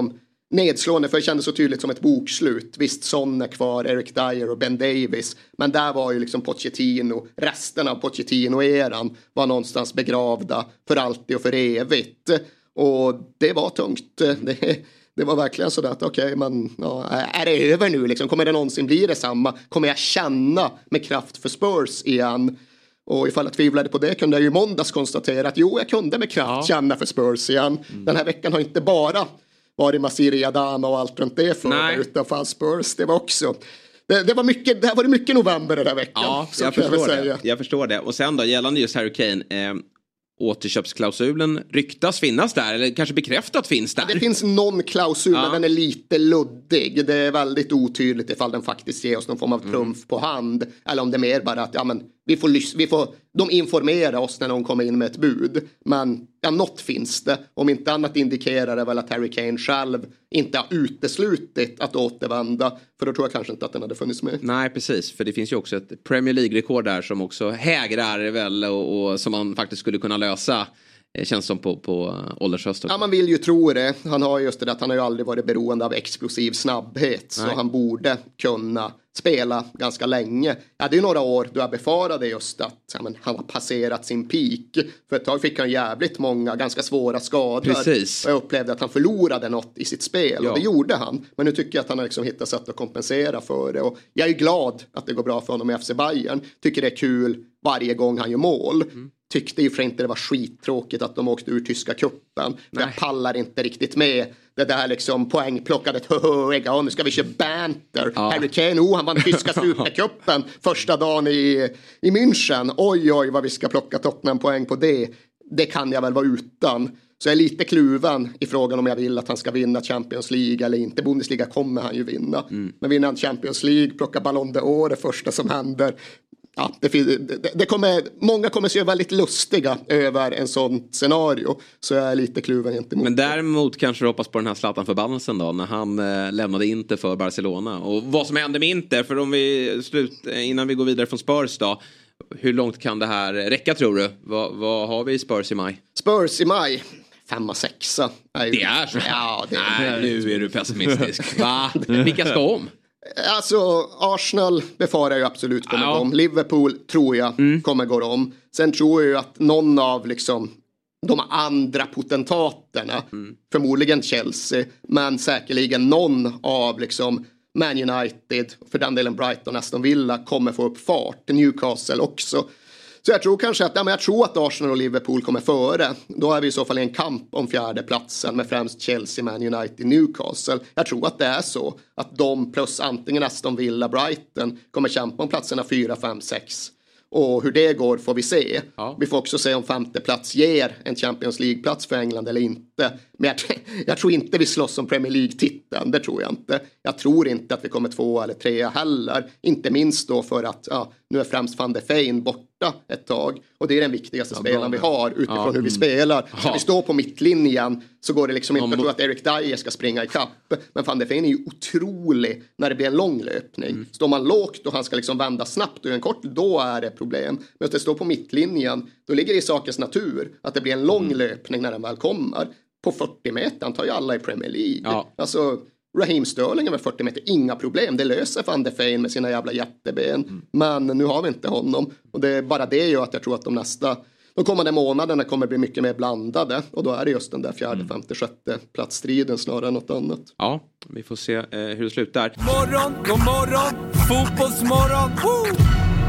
nedslående för det kändes så tydligt som ett bokslut. Visst, Son är kvar, Eric Dyer och Ben Davis. Men där var ju liksom Pochettino, resten av Pochettino-eran var någonstans begravda för alltid och för evigt. Och det var tungt. Det, det var verkligen så att okej, okay, men ja, är det över nu liksom? Kommer det någonsin bli detsamma? Kommer jag känna med kraft för Spurs igen? Och ifall jag tvivlade på det kunde jag ju måndags konstatera att jo, jag kunde med kraft ja. känna för Spurs igen. Mm. Den här veckan har inte bara varit Masiri Adama och allt runt det för mig, utan för Spurs, det var också. Det, det var mycket, det här var det mycket november den här veckan. Ja, jag förstår jag det. Jag förstår det. Och sen då, gällande just Harry Kane, eh, återköpsklausulen ryktas finnas där, eller kanske bekräftat finns där. Ja, det finns någon klausul, ja. men den är lite luddig. Det är väldigt otydligt ifall den faktiskt ger oss någon form av trumf mm. på hand. Eller om det är mer bara att ja, men, vi får, lys- vi får, de informerar oss när de kommer in med ett bud. Men ja, något finns det. Om inte annat indikerar det väl att Harry Kane själv inte har uteslutit att återvända. För då tror jag kanske inte att den hade funnits med. Nej, precis. För det finns ju också ett Premier League-rekord där som också hägrar väl och, och som man faktiskt skulle kunna lösa. Känns som på, på åldershösten. Ja, man vill ju tro det. Han har just det där att han har ju aldrig varit beroende av explosiv snabbhet. Nej. Så han borde kunna spela ganska länge. Jag hade ju några år då jag befarade just att ja, men, han har passerat sin peak. För ett tag fick han jävligt många ganska svåra skador. Precis. Och jag upplevde att han förlorade något i sitt spel. Ja. Och det gjorde han. Men nu tycker jag att han har liksom hittat sätt att kompensera för det. Och jag är ju glad att det går bra för honom i F C Bayern. Tycker det är kul varje gång han gör mål. Mm. Tyckte ju för inte det var skittråkigt att de åkte ur tyska kuppen. För jag pallar inte riktigt med det där liksom poängplockandet. Ja, nu ska vi köra banter. Ja. Harry Kane, oh, han vann tyska supercupen första dagen i, i München. Oj, oj, vad vi ska plocka Tottenham poäng på det. Det kan jag väl vara utan. Så jag är lite kluven i frågan om jag vill att han ska vinna Champions League eller inte. Bundesliga kommer han ju vinna. Mm. Men vinner han Champions League, plocka Ballon d'Or, det första som händer. Ja, det, det, det kommer, många kommer se väldigt lustiga över en sån scenario. Så jag är lite kluven gentemot. Men däremot kanske du hoppas på den här Zlatan-förbannelsen då. När han eh, lämnade Inter för Barcelona. Och vad som hände med Inter. För om vi slut, innan vi går vidare från Spurs då. Hur långt kan det här räcka tror du? Va, vad har vi i Spurs i maj? Spurs i maj? Femma, sexa. Är det är så? Ja, det är Nej, nu är du pessimistisk. Va? Vilka ska om? Alltså Arsenal befarar ju absolut kommer ja. gå om. Liverpool tror jag mm. kommer gå om. Sen tror jag ju att någon av liksom de andra potentaterna, mm. förmodligen Chelsea, men säkerligen någon av liksom Man United, för den delen Brighton, Aston Villa kommer få upp fart. Newcastle också. Så jag tror kanske att, ja, men jag tror att Arsenal och Liverpool kommer före. Då är vi i så fall i en kamp om fjärde platsen med främst Chelsea, Man United, Newcastle. Jag tror att det är så. Att de plus antingen Aston Villa, Brighton kommer kämpa om platserna fyra, fem, sex. Och hur det går får vi se. Ja. Vi får också se om femte plats ger en Champions League-plats för England eller inte. Men jag, jag tror inte vi slåss om Premier League-titeln. Det tror jag inte. Jag tror inte att vi kommer två eller tre heller. Inte minst då för att ja, nu är främst Van de Feen borta ett tag. Och det är den viktigaste ja, spelaren vi har utifrån ja, hur vi spelar. Ska ja. vi stå på mittlinjen så går det liksom inte. Jag tror att Eric Dyer ska springa i kapp. Men Van de Feen är ju otrolig när det blir en lång löpning. Mm. Står man lågt och han ska liksom vända snabbt och en kort, då är det problem. Men att det står på mittlinjen, då ligger det i sakens natur att det blir en lång mm. löpning när den väl kommer. På fyrtio meter tar ju alla i Premier League. Ja. Alltså Raheem Sterling över fyrtio meter, inga problem. Det löser Van de Feen med sina jävla jätteben. Mm. Men nu har vi inte honom. Och det är bara det gör att jag tror att de nästa de kommande månaderna kommer bli mycket mer blandade. Och då är det just den där fjärde, mm. femte, sjätte platsstriden snarare än något annat. Ja, vi får se eh, hur det slutar. Morgon, god morgon, fotbollsmorgon. Woo!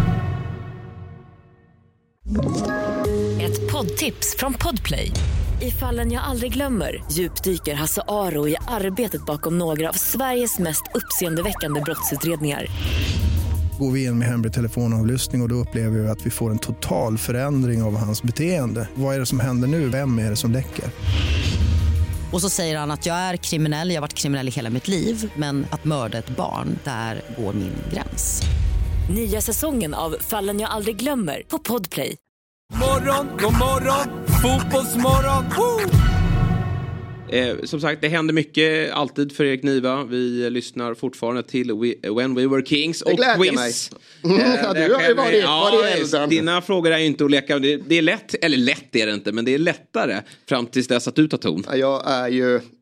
Ett poddtips från Podplay. I Fallen jag aldrig glömmer djupdyker Hasse Aro i arbetet bakom några av Sveriges mest uppseendeväckande brottsutredningar. Går vi in med hemlig telefonavlyssning och, och då upplever vi att vi får en total förändring av hans beteende. Vad är det som händer nu? Vem är det som läcker? Och så säger han att jag är kriminell, jag har varit kriminell i hela mitt liv. Men att mörda ett barn, där går min gräns. Nya säsongen av Fallen jag aldrig glömmer på Podplay. Morgon, god morgon, fotbollsmorgon. Eh, som sagt, det händer mycket alltid för Erik Niva. Vi lyssnar fortfarande till We, When We Were Kings och det quiz. Mig. Mm, eh, ja, du har ju varit, ja, varit dina frågor är ju inte att leka. Det, det är lätt, eller lätt är det inte, men det är lättare fram tills dess att du tar ton. Jag är ju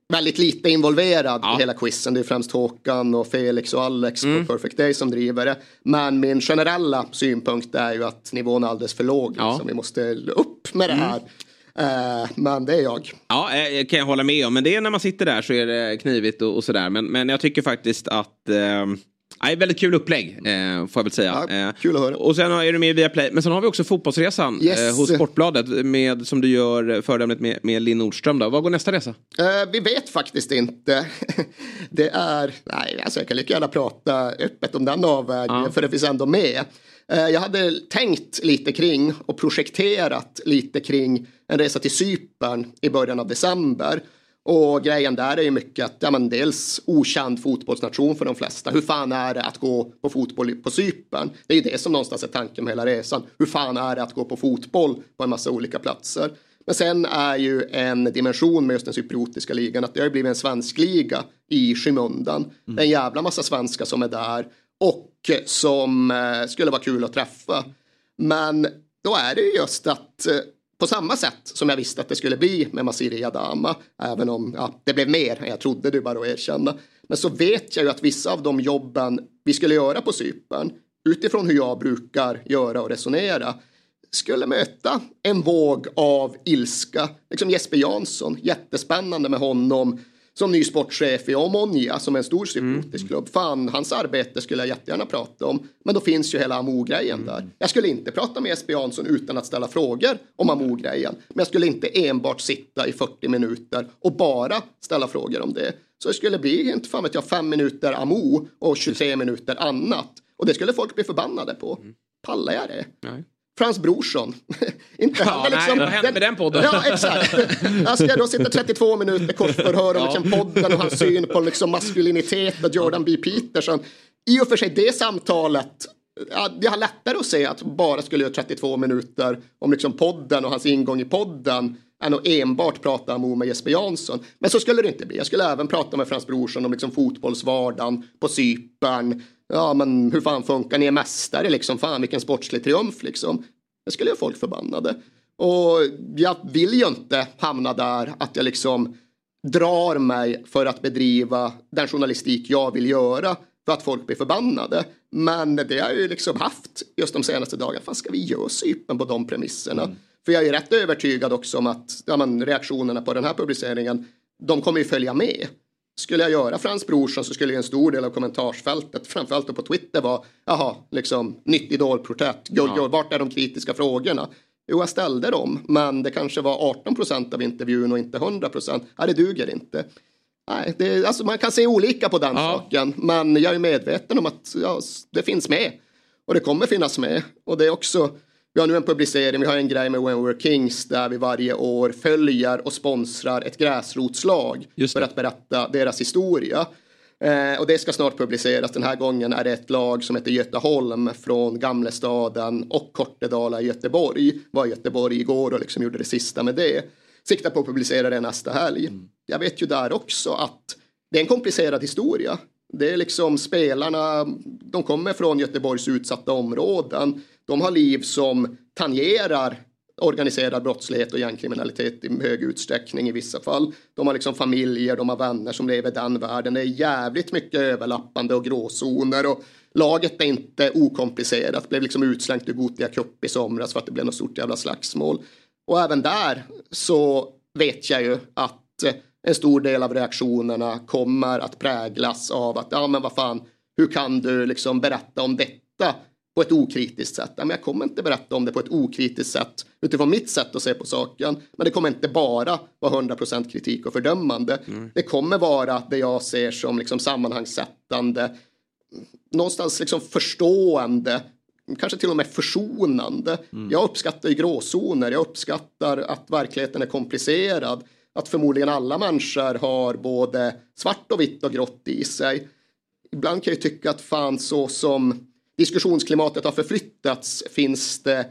väldigt lite involverad ja. i hela quizen. Det är främst Håkan och Felix och Alex mm. på Perfect Day som driver det. Men min generella synpunkt är ju att nivån är alldeles för låg. Ja. Så vi måste upp med det här. Mm. Uh, men det är jag. Ja, eh, kan jag hålla med om. Men det är när man sitter där så är det knivigt och, och sådär. Men, men jag tycker faktiskt att... Eh, Nej, väldigt kul upplägg, eh, får jag väl säga. Ja, kul att höra. Och sen är du med via Play. Men sen har vi också fotbollsresan yes. eh, hos Sportbladet med, som du gör föredömligt med, med Linn Nordström. Då. Vad går nästa resa? Eh, vi vet faktiskt inte. Det är, nej, alltså jag kan lika gärna prata öppet om den avvägningen ja. för det finns ändå med. Eh, jag hade tänkt lite kring och projekterat lite kring en resa till Cypern i början av december. Och grejen där är ju mycket att ja, men dels okänd fotbollsnation för de flesta. Hur fan är det att gå på fotboll på Cypern? Det är ju det som någonstans är tanken med hela resan. Hur fan är det att gå på fotboll på en massa olika platser? Men sen är ju en dimension med just den cypriotiska ligan att det har blivit en svensk liga i skymundan. Mm. Det är en jävla massa svenskar som är där och som eh, skulle vara kul att träffa. Men då är det ju just att... Eh, På samma sätt som jag visste att det skulle bli med Masire Yadama, även om ja, det blev mer än jag trodde, du bara att erkänna. Men så vet jag ju att vissa av de jobben vi skulle göra på Cypern, utifrån hur jag brukar göra och resonera, skulle möta en våg av ilska. Liksom Jesper Jansson, jättespännande med honom som ny sportchef i Omonia som är en stor cypriotisk klubb. Fan, hans arbete skulle jag jättegärna prata om. Men då finns ju hela Amo-grejen mm. där. Jag skulle inte prata med Jesper Jansson utan att ställa frågor om Amo-grejen. Men jag skulle inte enbart sitta i fyrtio minuter och bara ställa frågor om det. Så det skulle bli, inte fan vet jag, fem minuter Amo och tjugotre minuter annat. Och det skulle folk bli förbannade på. Pallar jag det? Nej. Frans Brorsson. Inte ja, han, liksom, nej, vad hände med den podden? Ja, exakt. Jag ska då sitta trettiotvå minuter korsförhör om ja. liksom podden och hans syn på liksom maskulinitet och Jordan B. Peterson. I och för sig det samtalet, ja, jag har lättare att se att bara skulle göra trettiotvå minuter om liksom podden och hans ingång i podden än att enbart prata om med Jesper Jansson. Men så skulle det inte bli. Jag skulle även prata med Frans Brorsson om liksom fotbollsvardagen på Cypern. Ja, men hur fan funkar ni är mästare liksom? Fan, vilken sportslig triumf liksom. Det skulle ju folk förbannade. Och jag vill ju inte hamna där att jag liksom drar mig för att bedriva den journalistik jag vill göra för att folk blir förbannade. Men det har jag ju liksom haft just de senaste dagarna. Fan, ska vi göra Cypern på de premisserna? Mm. För jag är rätt övertygad också om att ja, men, reaktionerna på den här publiceringen, de kommer ju följa med. Skulle jag göra Frans Brorsson så skulle en stor del av kommentarsfältet, framförallt på Twitter, var jaha, liksom, nytt idolporträtt. Ja. Vart är de kritiska frågorna? Jo, jag ställde dem, men det kanske var arton procent av intervjun och inte hundra procent. Ja, det duger inte. Nej, det, alltså, man kan se olika på den ja. saken, men jag är medveten om att ja, det finns med. Och det kommer finnas med. Och det är också... Vi har nu en publicering, vi har en grej med When We Were Kings där vi varje år följer och sponsrar ett gräsrotslag för att berätta deras historia. Eh, och det ska snart publiceras. Den här gången är det ett lag som heter Göteholm från Gamlestaden och Kortedala i Göteborg. Var i Göteborg igår och liksom gjorde det sista med det. Siktar på att publicera det nästa helg. Mm. Jag vet ju där också att det är en komplicerad historia. Det är liksom spelarna, de kommer från Göteborgs utsatta områden. De har liv som tangerar organiserad brottslighet och gängkriminalitet i hög utsträckning i vissa fall. De har liksom familjer, de har vänner som lever i den världen. Det är jävligt mycket överlappande och gråzoner och laget är inte okomplicerat. Det blev liksom utslängt ur Gothia Cup i somras för att det blev något stort jävla slagsmål. Och även där så vet jag ju att en stor del av reaktionerna kommer att präglas av att ja men vad fan, hur kan du liksom berätta om detta på ett okritiskt sätt? Ja, men jag kommer inte berätta om det på ett okritiskt sätt utifrån mitt sätt att se på saken. Men det kommer inte bara vara hundra procent kritik och fördömande. Mm. Det kommer vara det jag ser som liksom sammanhangssättande, någonstans liksom förstående, kanske till och med försonande. Mm. Jag uppskattar ju gråzoner, jag uppskattar att verkligheten är komplicerad. Att förmodligen alla människor har både svart och vitt och grått i sig. Ibland kan jag tycka att fan så som diskussionsklimatet har förflyttats finns det,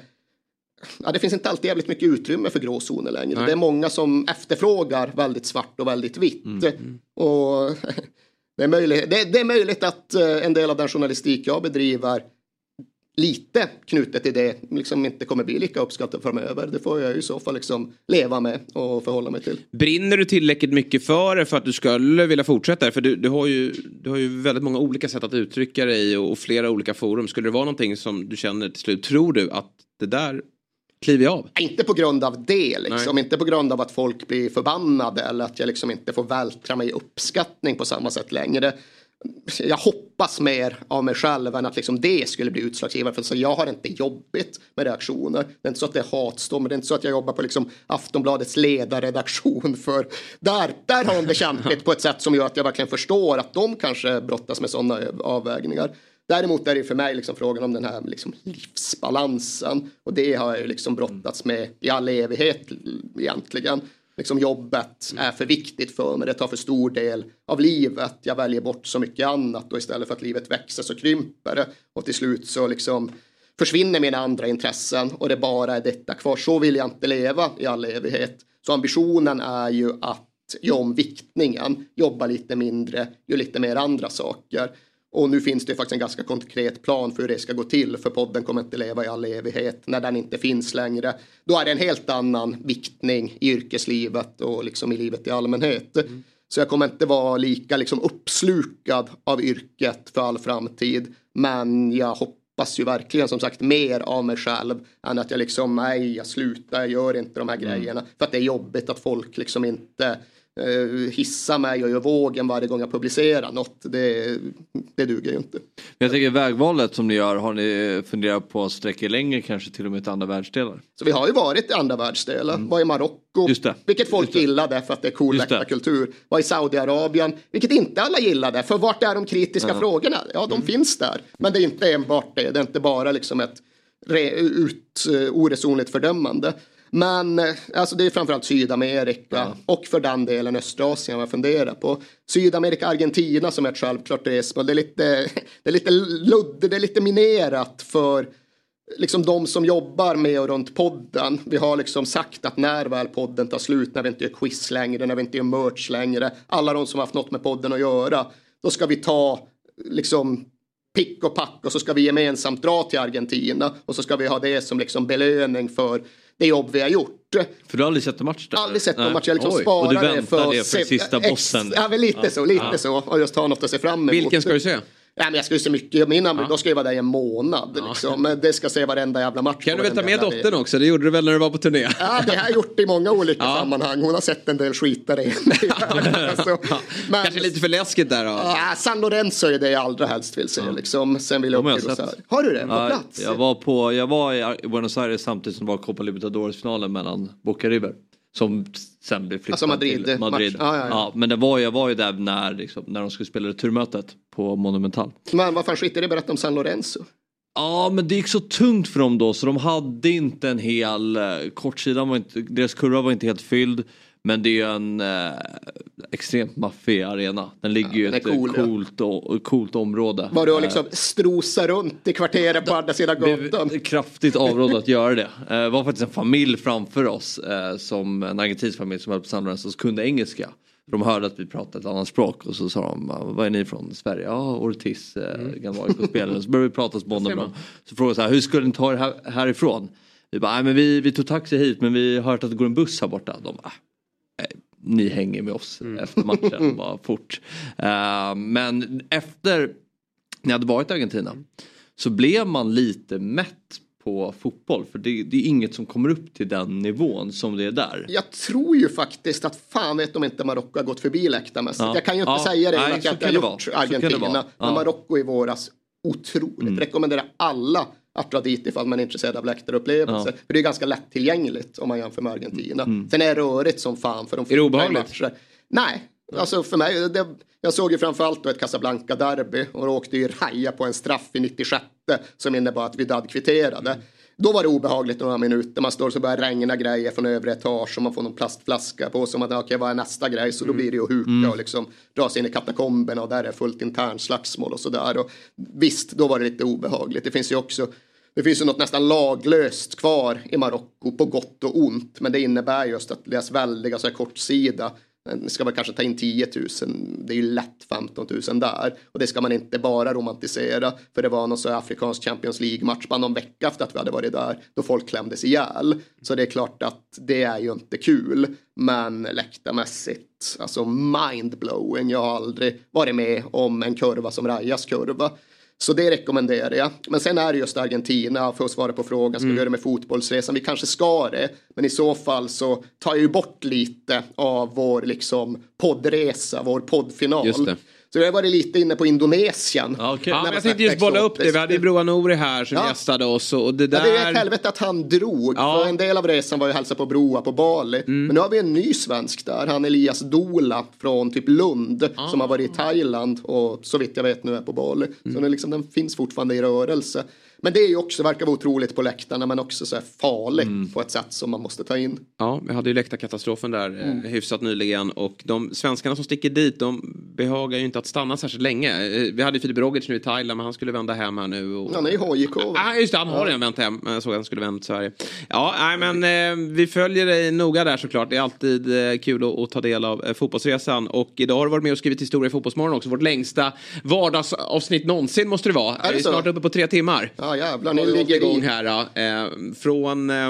ja, det finns inte alltid jävligt mycket utrymme för gråzoner längre. Nej. Det är många som efterfrågar väldigt svart och väldigt vitt. Mm. Mm. Och det är, möjligt, det, det är möjligt att en del av den journalistik jag bedriver lite knutet till det liksom inte kommer bli lika uppskattat framöver. Det får jag i så fall liksom leva med och förhålla mig till. Brinner du tillräckligt mycket för det för att du skulle vilja fortsätta? För du, du, har ju, du har ju väldigt många olika sätt att uttrycka dig och, och flera olika forum. Skulle det vara någonting som du känner till slut? Tror du att det där kliver av? Inte på grund av det liksom. Inte på grund av att folk blir förbannade eller att jag liksom inte får vältra mig i uppskattning på samma sätt längre. Jag hoppas mer av mig själv än att liksom det skulle bli utslagsgivande. För så jag har inte jobbigt med reaktioner. Det är inte så att det är hatstorm. Det är inte så att jag jobbar på liksom Aftonbladets ledarredaktion. För där, där har de det kämpigt på ett sätt som gör att jag verkligen förstår att de kanske brottas med sådana avvägningar. Däremot är det för mig liksom frågan om den här liksom livsbalansen. Och det har jag ju liksom brottats med i all evighet egentligen. Liksom jobbet är för viktigt för mig. Det tar för stor del av livet. Jag väljer bort så mycket annat. Och istället för att livet växer så krymper det. Och till slut så liksom försvinner mina andra intressen. Och det bara är detta kvar. Så vill jag inte leva i all evighet. Så ambitionen är ju att göra om viktningen. Jobba lite mindre. Göra lite mer andra saker. Och nu finns det faktiskt en ganska konkret plan för hur det ska gå till. För podden kommer inte leva i all evighet. När den inte finns längre. Då är det en helt annan viktning i yrkeslivet. Och liksom i livet i allmänhet. Mm. Så jag kommer inte vara lika liksom uppslukad av yrket för all framtid. Men jag hoppas ju verkligen som sagt mer av mig själv. Än att jag liksom, nej jag slutar, jag gör inte de här mm. grejerna. För att det är jobbigt att folk liksom inte... Uh, hissa mig och gör vågen varje gång jag publicerar något. Det, det duger ju inte. Jag tänker vägvalet som ni gör, har ni funderat på att sträcka längre kanske till och med till andra världsdelar? Så vi har ju varit i andra världsdelar. Mm. Var i Marocko, vilket folk gillade för att det är cool läktarkultur. Var i Saudiarabien, vilket inte alla gillade. För vart är de kritiska mm. frågorna? Ja, de mm. finns där. Men det är inte enbart det. Det är inte bara liksom ett re- ut, uh, oresonligt fördömande. Men alltså det är framförallt Sydamerika ja. Och för den delen Östasien jag funderar på. Sydamerika, Argentina som är ett självklart resmål. Det är lite, det är lite ludd, det är lite minerat för liksom de som jobbar med och runt podden. Vi har liksom sagt att när väl podden tar slut, när vi inte gör quiz längre, när vi inte gör merch längre. Alla de som har haft något med podden att göra. Då ska vi ta liksom... pick och pack och så ska vi gemensamt dra till Argentina och så ska vi ha det som liksom belöning för det jobb vi har gjort. För du har aldrig sett en match där? Aldrig sett en match. Jag liksom sparar och du väntar det för, det för sista bossen? Ja, väl lite ja. så, lite ja. så. Och just ha något att se fram emot. Vilken ska du se? Ja, men jag ska ju se mycket. Min ja. Då ska jag vara där i en månad. Ja. Liksom. Men det ska se varenda jävla match. Kan du väl ta med dottern det. Också? Det gjorde du väl när du var på turné? Ja, det har jag gjort i många olika ja. sammanhang. Hon har sett en del skitare. alltså, men, kanske lite för läskigt där då? Ja, San Lorenzo är det jag allra helst vill se. Ja. Liksom. Sen vill jag upp till Har du det på ja, plats? Jag var, på, jag var i Buenos Aires samtidigt som var Copa Libertadores-finalen mellan Boca River. Som sen blev flyttad alltså Madrid, till Madrid. Ja, ja, ja. Ja, men det var, jag var ju där när, liksom, när de skulle spela turmötet på Monumental. Men vad fan skiter det berätta om San Lorenzo? Ja, men det gick så tungt för dem då så de hade inte en hel kortsidan var inte, deras kurva var inte helt fylld. Men det är en eh, extremt maffig arena. Den ligger ja, ju i ett cool, coolt, ja. och, coolt område. Var du liksom strosa runt i kvarteret på andra sidan gatan? Det är kraftigt avråd att göra det. Det eh, var faktiskt en familj framför oss. Eh, som en argentinsk familj som höll på San Lorenzo som kunde engelska. De hörde att vi pratade ett annat språk. Och så sa de, vad är ni från Sverige? Ja, Ortiz, eh, mm. gamla A I K-spelare. Så började vi prata så med dem. Så frågade så här, hur skulle ni ta er här, härifrån? Vi bara, nej men vi, vi tog taxi hit. Men vi har hört att det går en buss här borta. De bara, ni hänger med oss mm. efter matchen bara fort. Uh, men efter när jag hade varit i Argentina så blev man lite mätt på fotboll. För det, det är inget som kommer upp till den nivån som det är där. Jag tror ju faktiskt att fan vet om inte Marocko har gått förbi läktarmässigt. Ja. Jag kan ju inte ja. säga det Nej, att jag inte har gjort Argentina. Men ja. Marocko i våras otroligt. Mm. Rekommenderar alla att dra dit ifall man är intresserad av läktarupplevelser. Ja. För det är ganska lättillgängligt om man jämför med Argentina. Mm. Sen är det rörigt som fan. För de är det obehagligt? Nej, ja. Alltså för mig, det, jag såg ju framförallt då ett Casablanca-derby och åkte ju raja på en straff i nittiosex som innebar att Vidad kvitterade. Mm. Då var det obehagligt några minuter. Man står så börjar regna grejer från övre etage och man får någon plastflaska på som att okej, okay, vad är nästa grej? Så mm. då blir det ju att huka mm. och liksom dra sig in i katakomberna och där är fullt intern slagsmål och sådär. Och visst, då var det lite obehagligt. Det finns ju också Det finns ju något nästan laglöst kvar i Marocko på gott och ont. Men det innebär just att deras väldiga så här, kortsida Ni ska väl kanske ta in tio tusen, det är ju lätt femton tusen där. Och det ska man inte bara romantisera, för det var någon så afrikansk Champions League-match bara någon vecka efter att vi hade varit där, då folk klämdes ihjäl. Så det är klart att det är ju inte kul, men läktarmässigt, alltså mindblowing. Jag har aldrig varit med om en kurva som Rajas kurva. Så det rekommenderar jag. Men sen är det just Argentina, för att svara på frågan, ska mm. vi göra det med fotbollsresan? Vi kanske ska det, men i så fall så tar jag ju bort lite av vår liksom poddresa, vår poddfinal. Just det. Så jag har varit lite inne på Indonesien. Ja, okay. Ja, jag tänkte just bolla upp det. Vi hade ju Broa Nouri här som ja. gästade oss. Och det, där... ja, det är ett helvete att han drog. Ja. För en del av resan var ju hälsa på Broa på Bali. Mm. Men nu har vi en ny svensk där. Han Elias Dola från typ Lund. Ah. Som har varit i Thailand. Och så vitt jag vet nu är på Bali. Mm. Så den, liksom, den finns fortfarande i rörelse. Men det är ju också, verkar vara otroligt på läktarna, men också så här farligt mm. på ett sätt som man måste ta in. Ja, vi hade ju läktarkatastrofen där mm. eh, hyfsat nyligen, och de svenskarna som sticker dit, de behagar ju inte att stanna särskilt länge. Eh, vi hade ju Filip Rogic nu i Thailand, men han skulle vända hem här nu. Och... han är i H J K. Ja, ah, just det, han har redan vänt hem. Jag såg att han skulle vända till Sverige. Ja, nej, men eh, vi följer dig noga där såklart. Det är alltid eh, kul att, att ta del av eh, fotbollsresan. Och idag har du varit med och skrivit historia i Fotbollsmorgon också. Vårt längsta vardagsavsnitt någonsin måste det vara. Är det vi är så? Snart uppe på tre timmar. Ja, jävlar, ni ligger igång här då. Eh, från eh,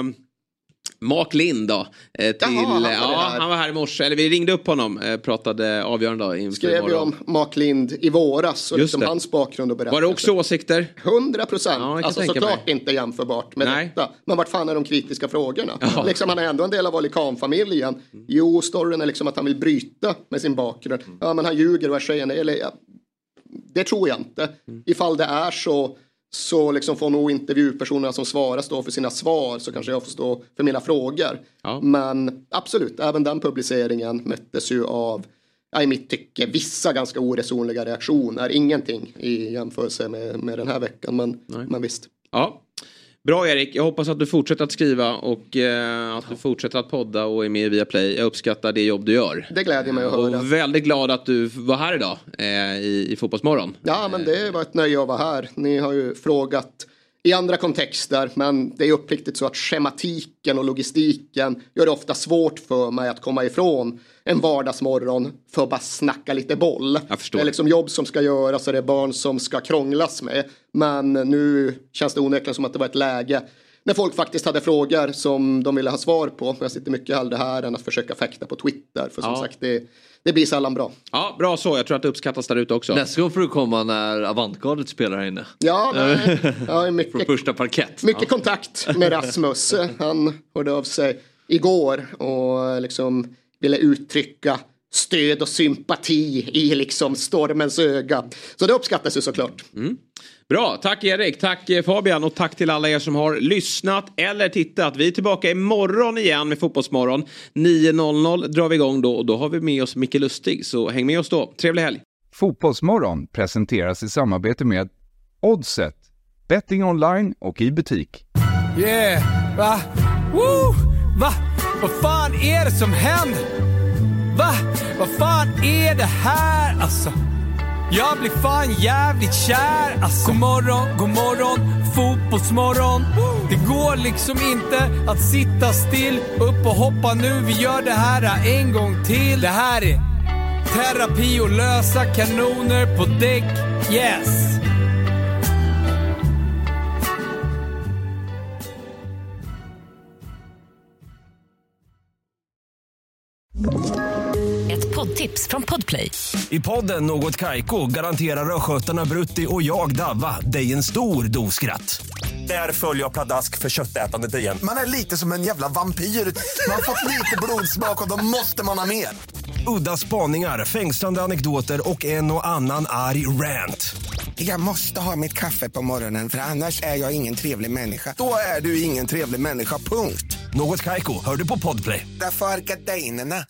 Mark Lind då. Eh, till, Jaha, han, var ja, han var här i morse. Eller vi ringde upp honom. Eh, pratade avgörande då. Inför skrev ju om Mark Lind i våras. Och liksom hans bakgrund och berättelse. Var det också åsikter? hundra procent. Ja, alltså såklart mig. Inte jämförbart med Nej. detta. Men vart fan är de kritiska frågorna? Ja. Liksom, han är ändå en del av Valikan-familjen. Mm. Jo, storyn är liksom att han vill bryta med sin bakgrund. Mm. Ja, men han ljuger och är tjejen. Eller, ja, det tror jag inte. Mm. Ifall det är så... så liksom får nog intervjupersonerna som svarar stå för sina svar, så kanske jag får stå för mina frågor. Ja. Men absolut, även den publiceringen möttes ju av, ja, i mitt tycke, vissa ganska oresonliga reaktioner. Ingenting i jämförelse med, med den här veckan, men, men visst. Ja. Bra Erik, jag hoppas att du fortsätter att skriva och eh, att du fortsätter att podda och är med via Play. Jag uppskattar det jobb du gör. Det gläder mig att höra. Och väldigt glad att du var här idag eh, i, i Fotbollsmorgon. Ja, men det var ett nöje att vara här. Ni har ju frågat i andra kontexter, men det är uppriktigt så att schematiken och logistiken gör det ofta svårt för mig att komma ifrån en vardagsmorgon för att bara snacka lite boll. Det är liksom jobb som ska göras och det är barn som ska krånglas med. Men nu känns det onekligen som att det var ett läge när folk faktiskt hade frågor som de ville ha svar på. Jag sitter mycket hellre här än att försöka fäkta på Twitter. För som ja. sagt, det, det blir sällan bra. Ja, bra så. Jag tror att det uppskattas där ute också. Nästa gång får du komma när Avantgardet spelar här inne. Ja, nej. Ja, mycket, från första parkett. Mycket ja. kontakt med Rasmus. Han hörde av sig igår och liksom ville uttrycka stöd och sympati i liksom stormens öga. Så det uppskattas ju såklart. Mm. Bra, tack Erik, tack Fabian och tack till alla er som har lyssnat eller tittat. Vi är tillbaka imorgon igen med Fotbollsmorgon. nio noll noll drar vi igång då och då har vi med oss Micke Lustig. Så häng med oss då. Trevlig helg. Fotbollsmorgon presenteras i samarbete med Oddset. Betting online och i butik. Yeah, va? Woo! Va? Vad fan är det som händer? Va? Vad fan är det här? Alltså, jag blir fan jävligt kär. Alltså, god morgon, god morgon, fotbollsmorgon. Det går liksom inte att sitta still. Upp och hoppa nu, vi gör det här en gång till. Det här är terapi och lösa kanoner på däck. Yes! Ett poddtips från Podplay. I podden Något Kaiko garanterar röskötarna Brutti och jag Davva dig en stor doskratt. Där följer jag pladask för köttätandet igen. Man är lite som en jävla vampyr. Man har fått lite blodsmak och då måste man ha mer. Udda spaningar, fängslande anekdoter och en och annan arg rant. Jag måste ha mitt kaffe på morgonen för annars är jag ingen trevlig människa. Då är du ingen trevlig människa, punkt. Något Kaiko, hör du på Podplay. Därför är gardinerna.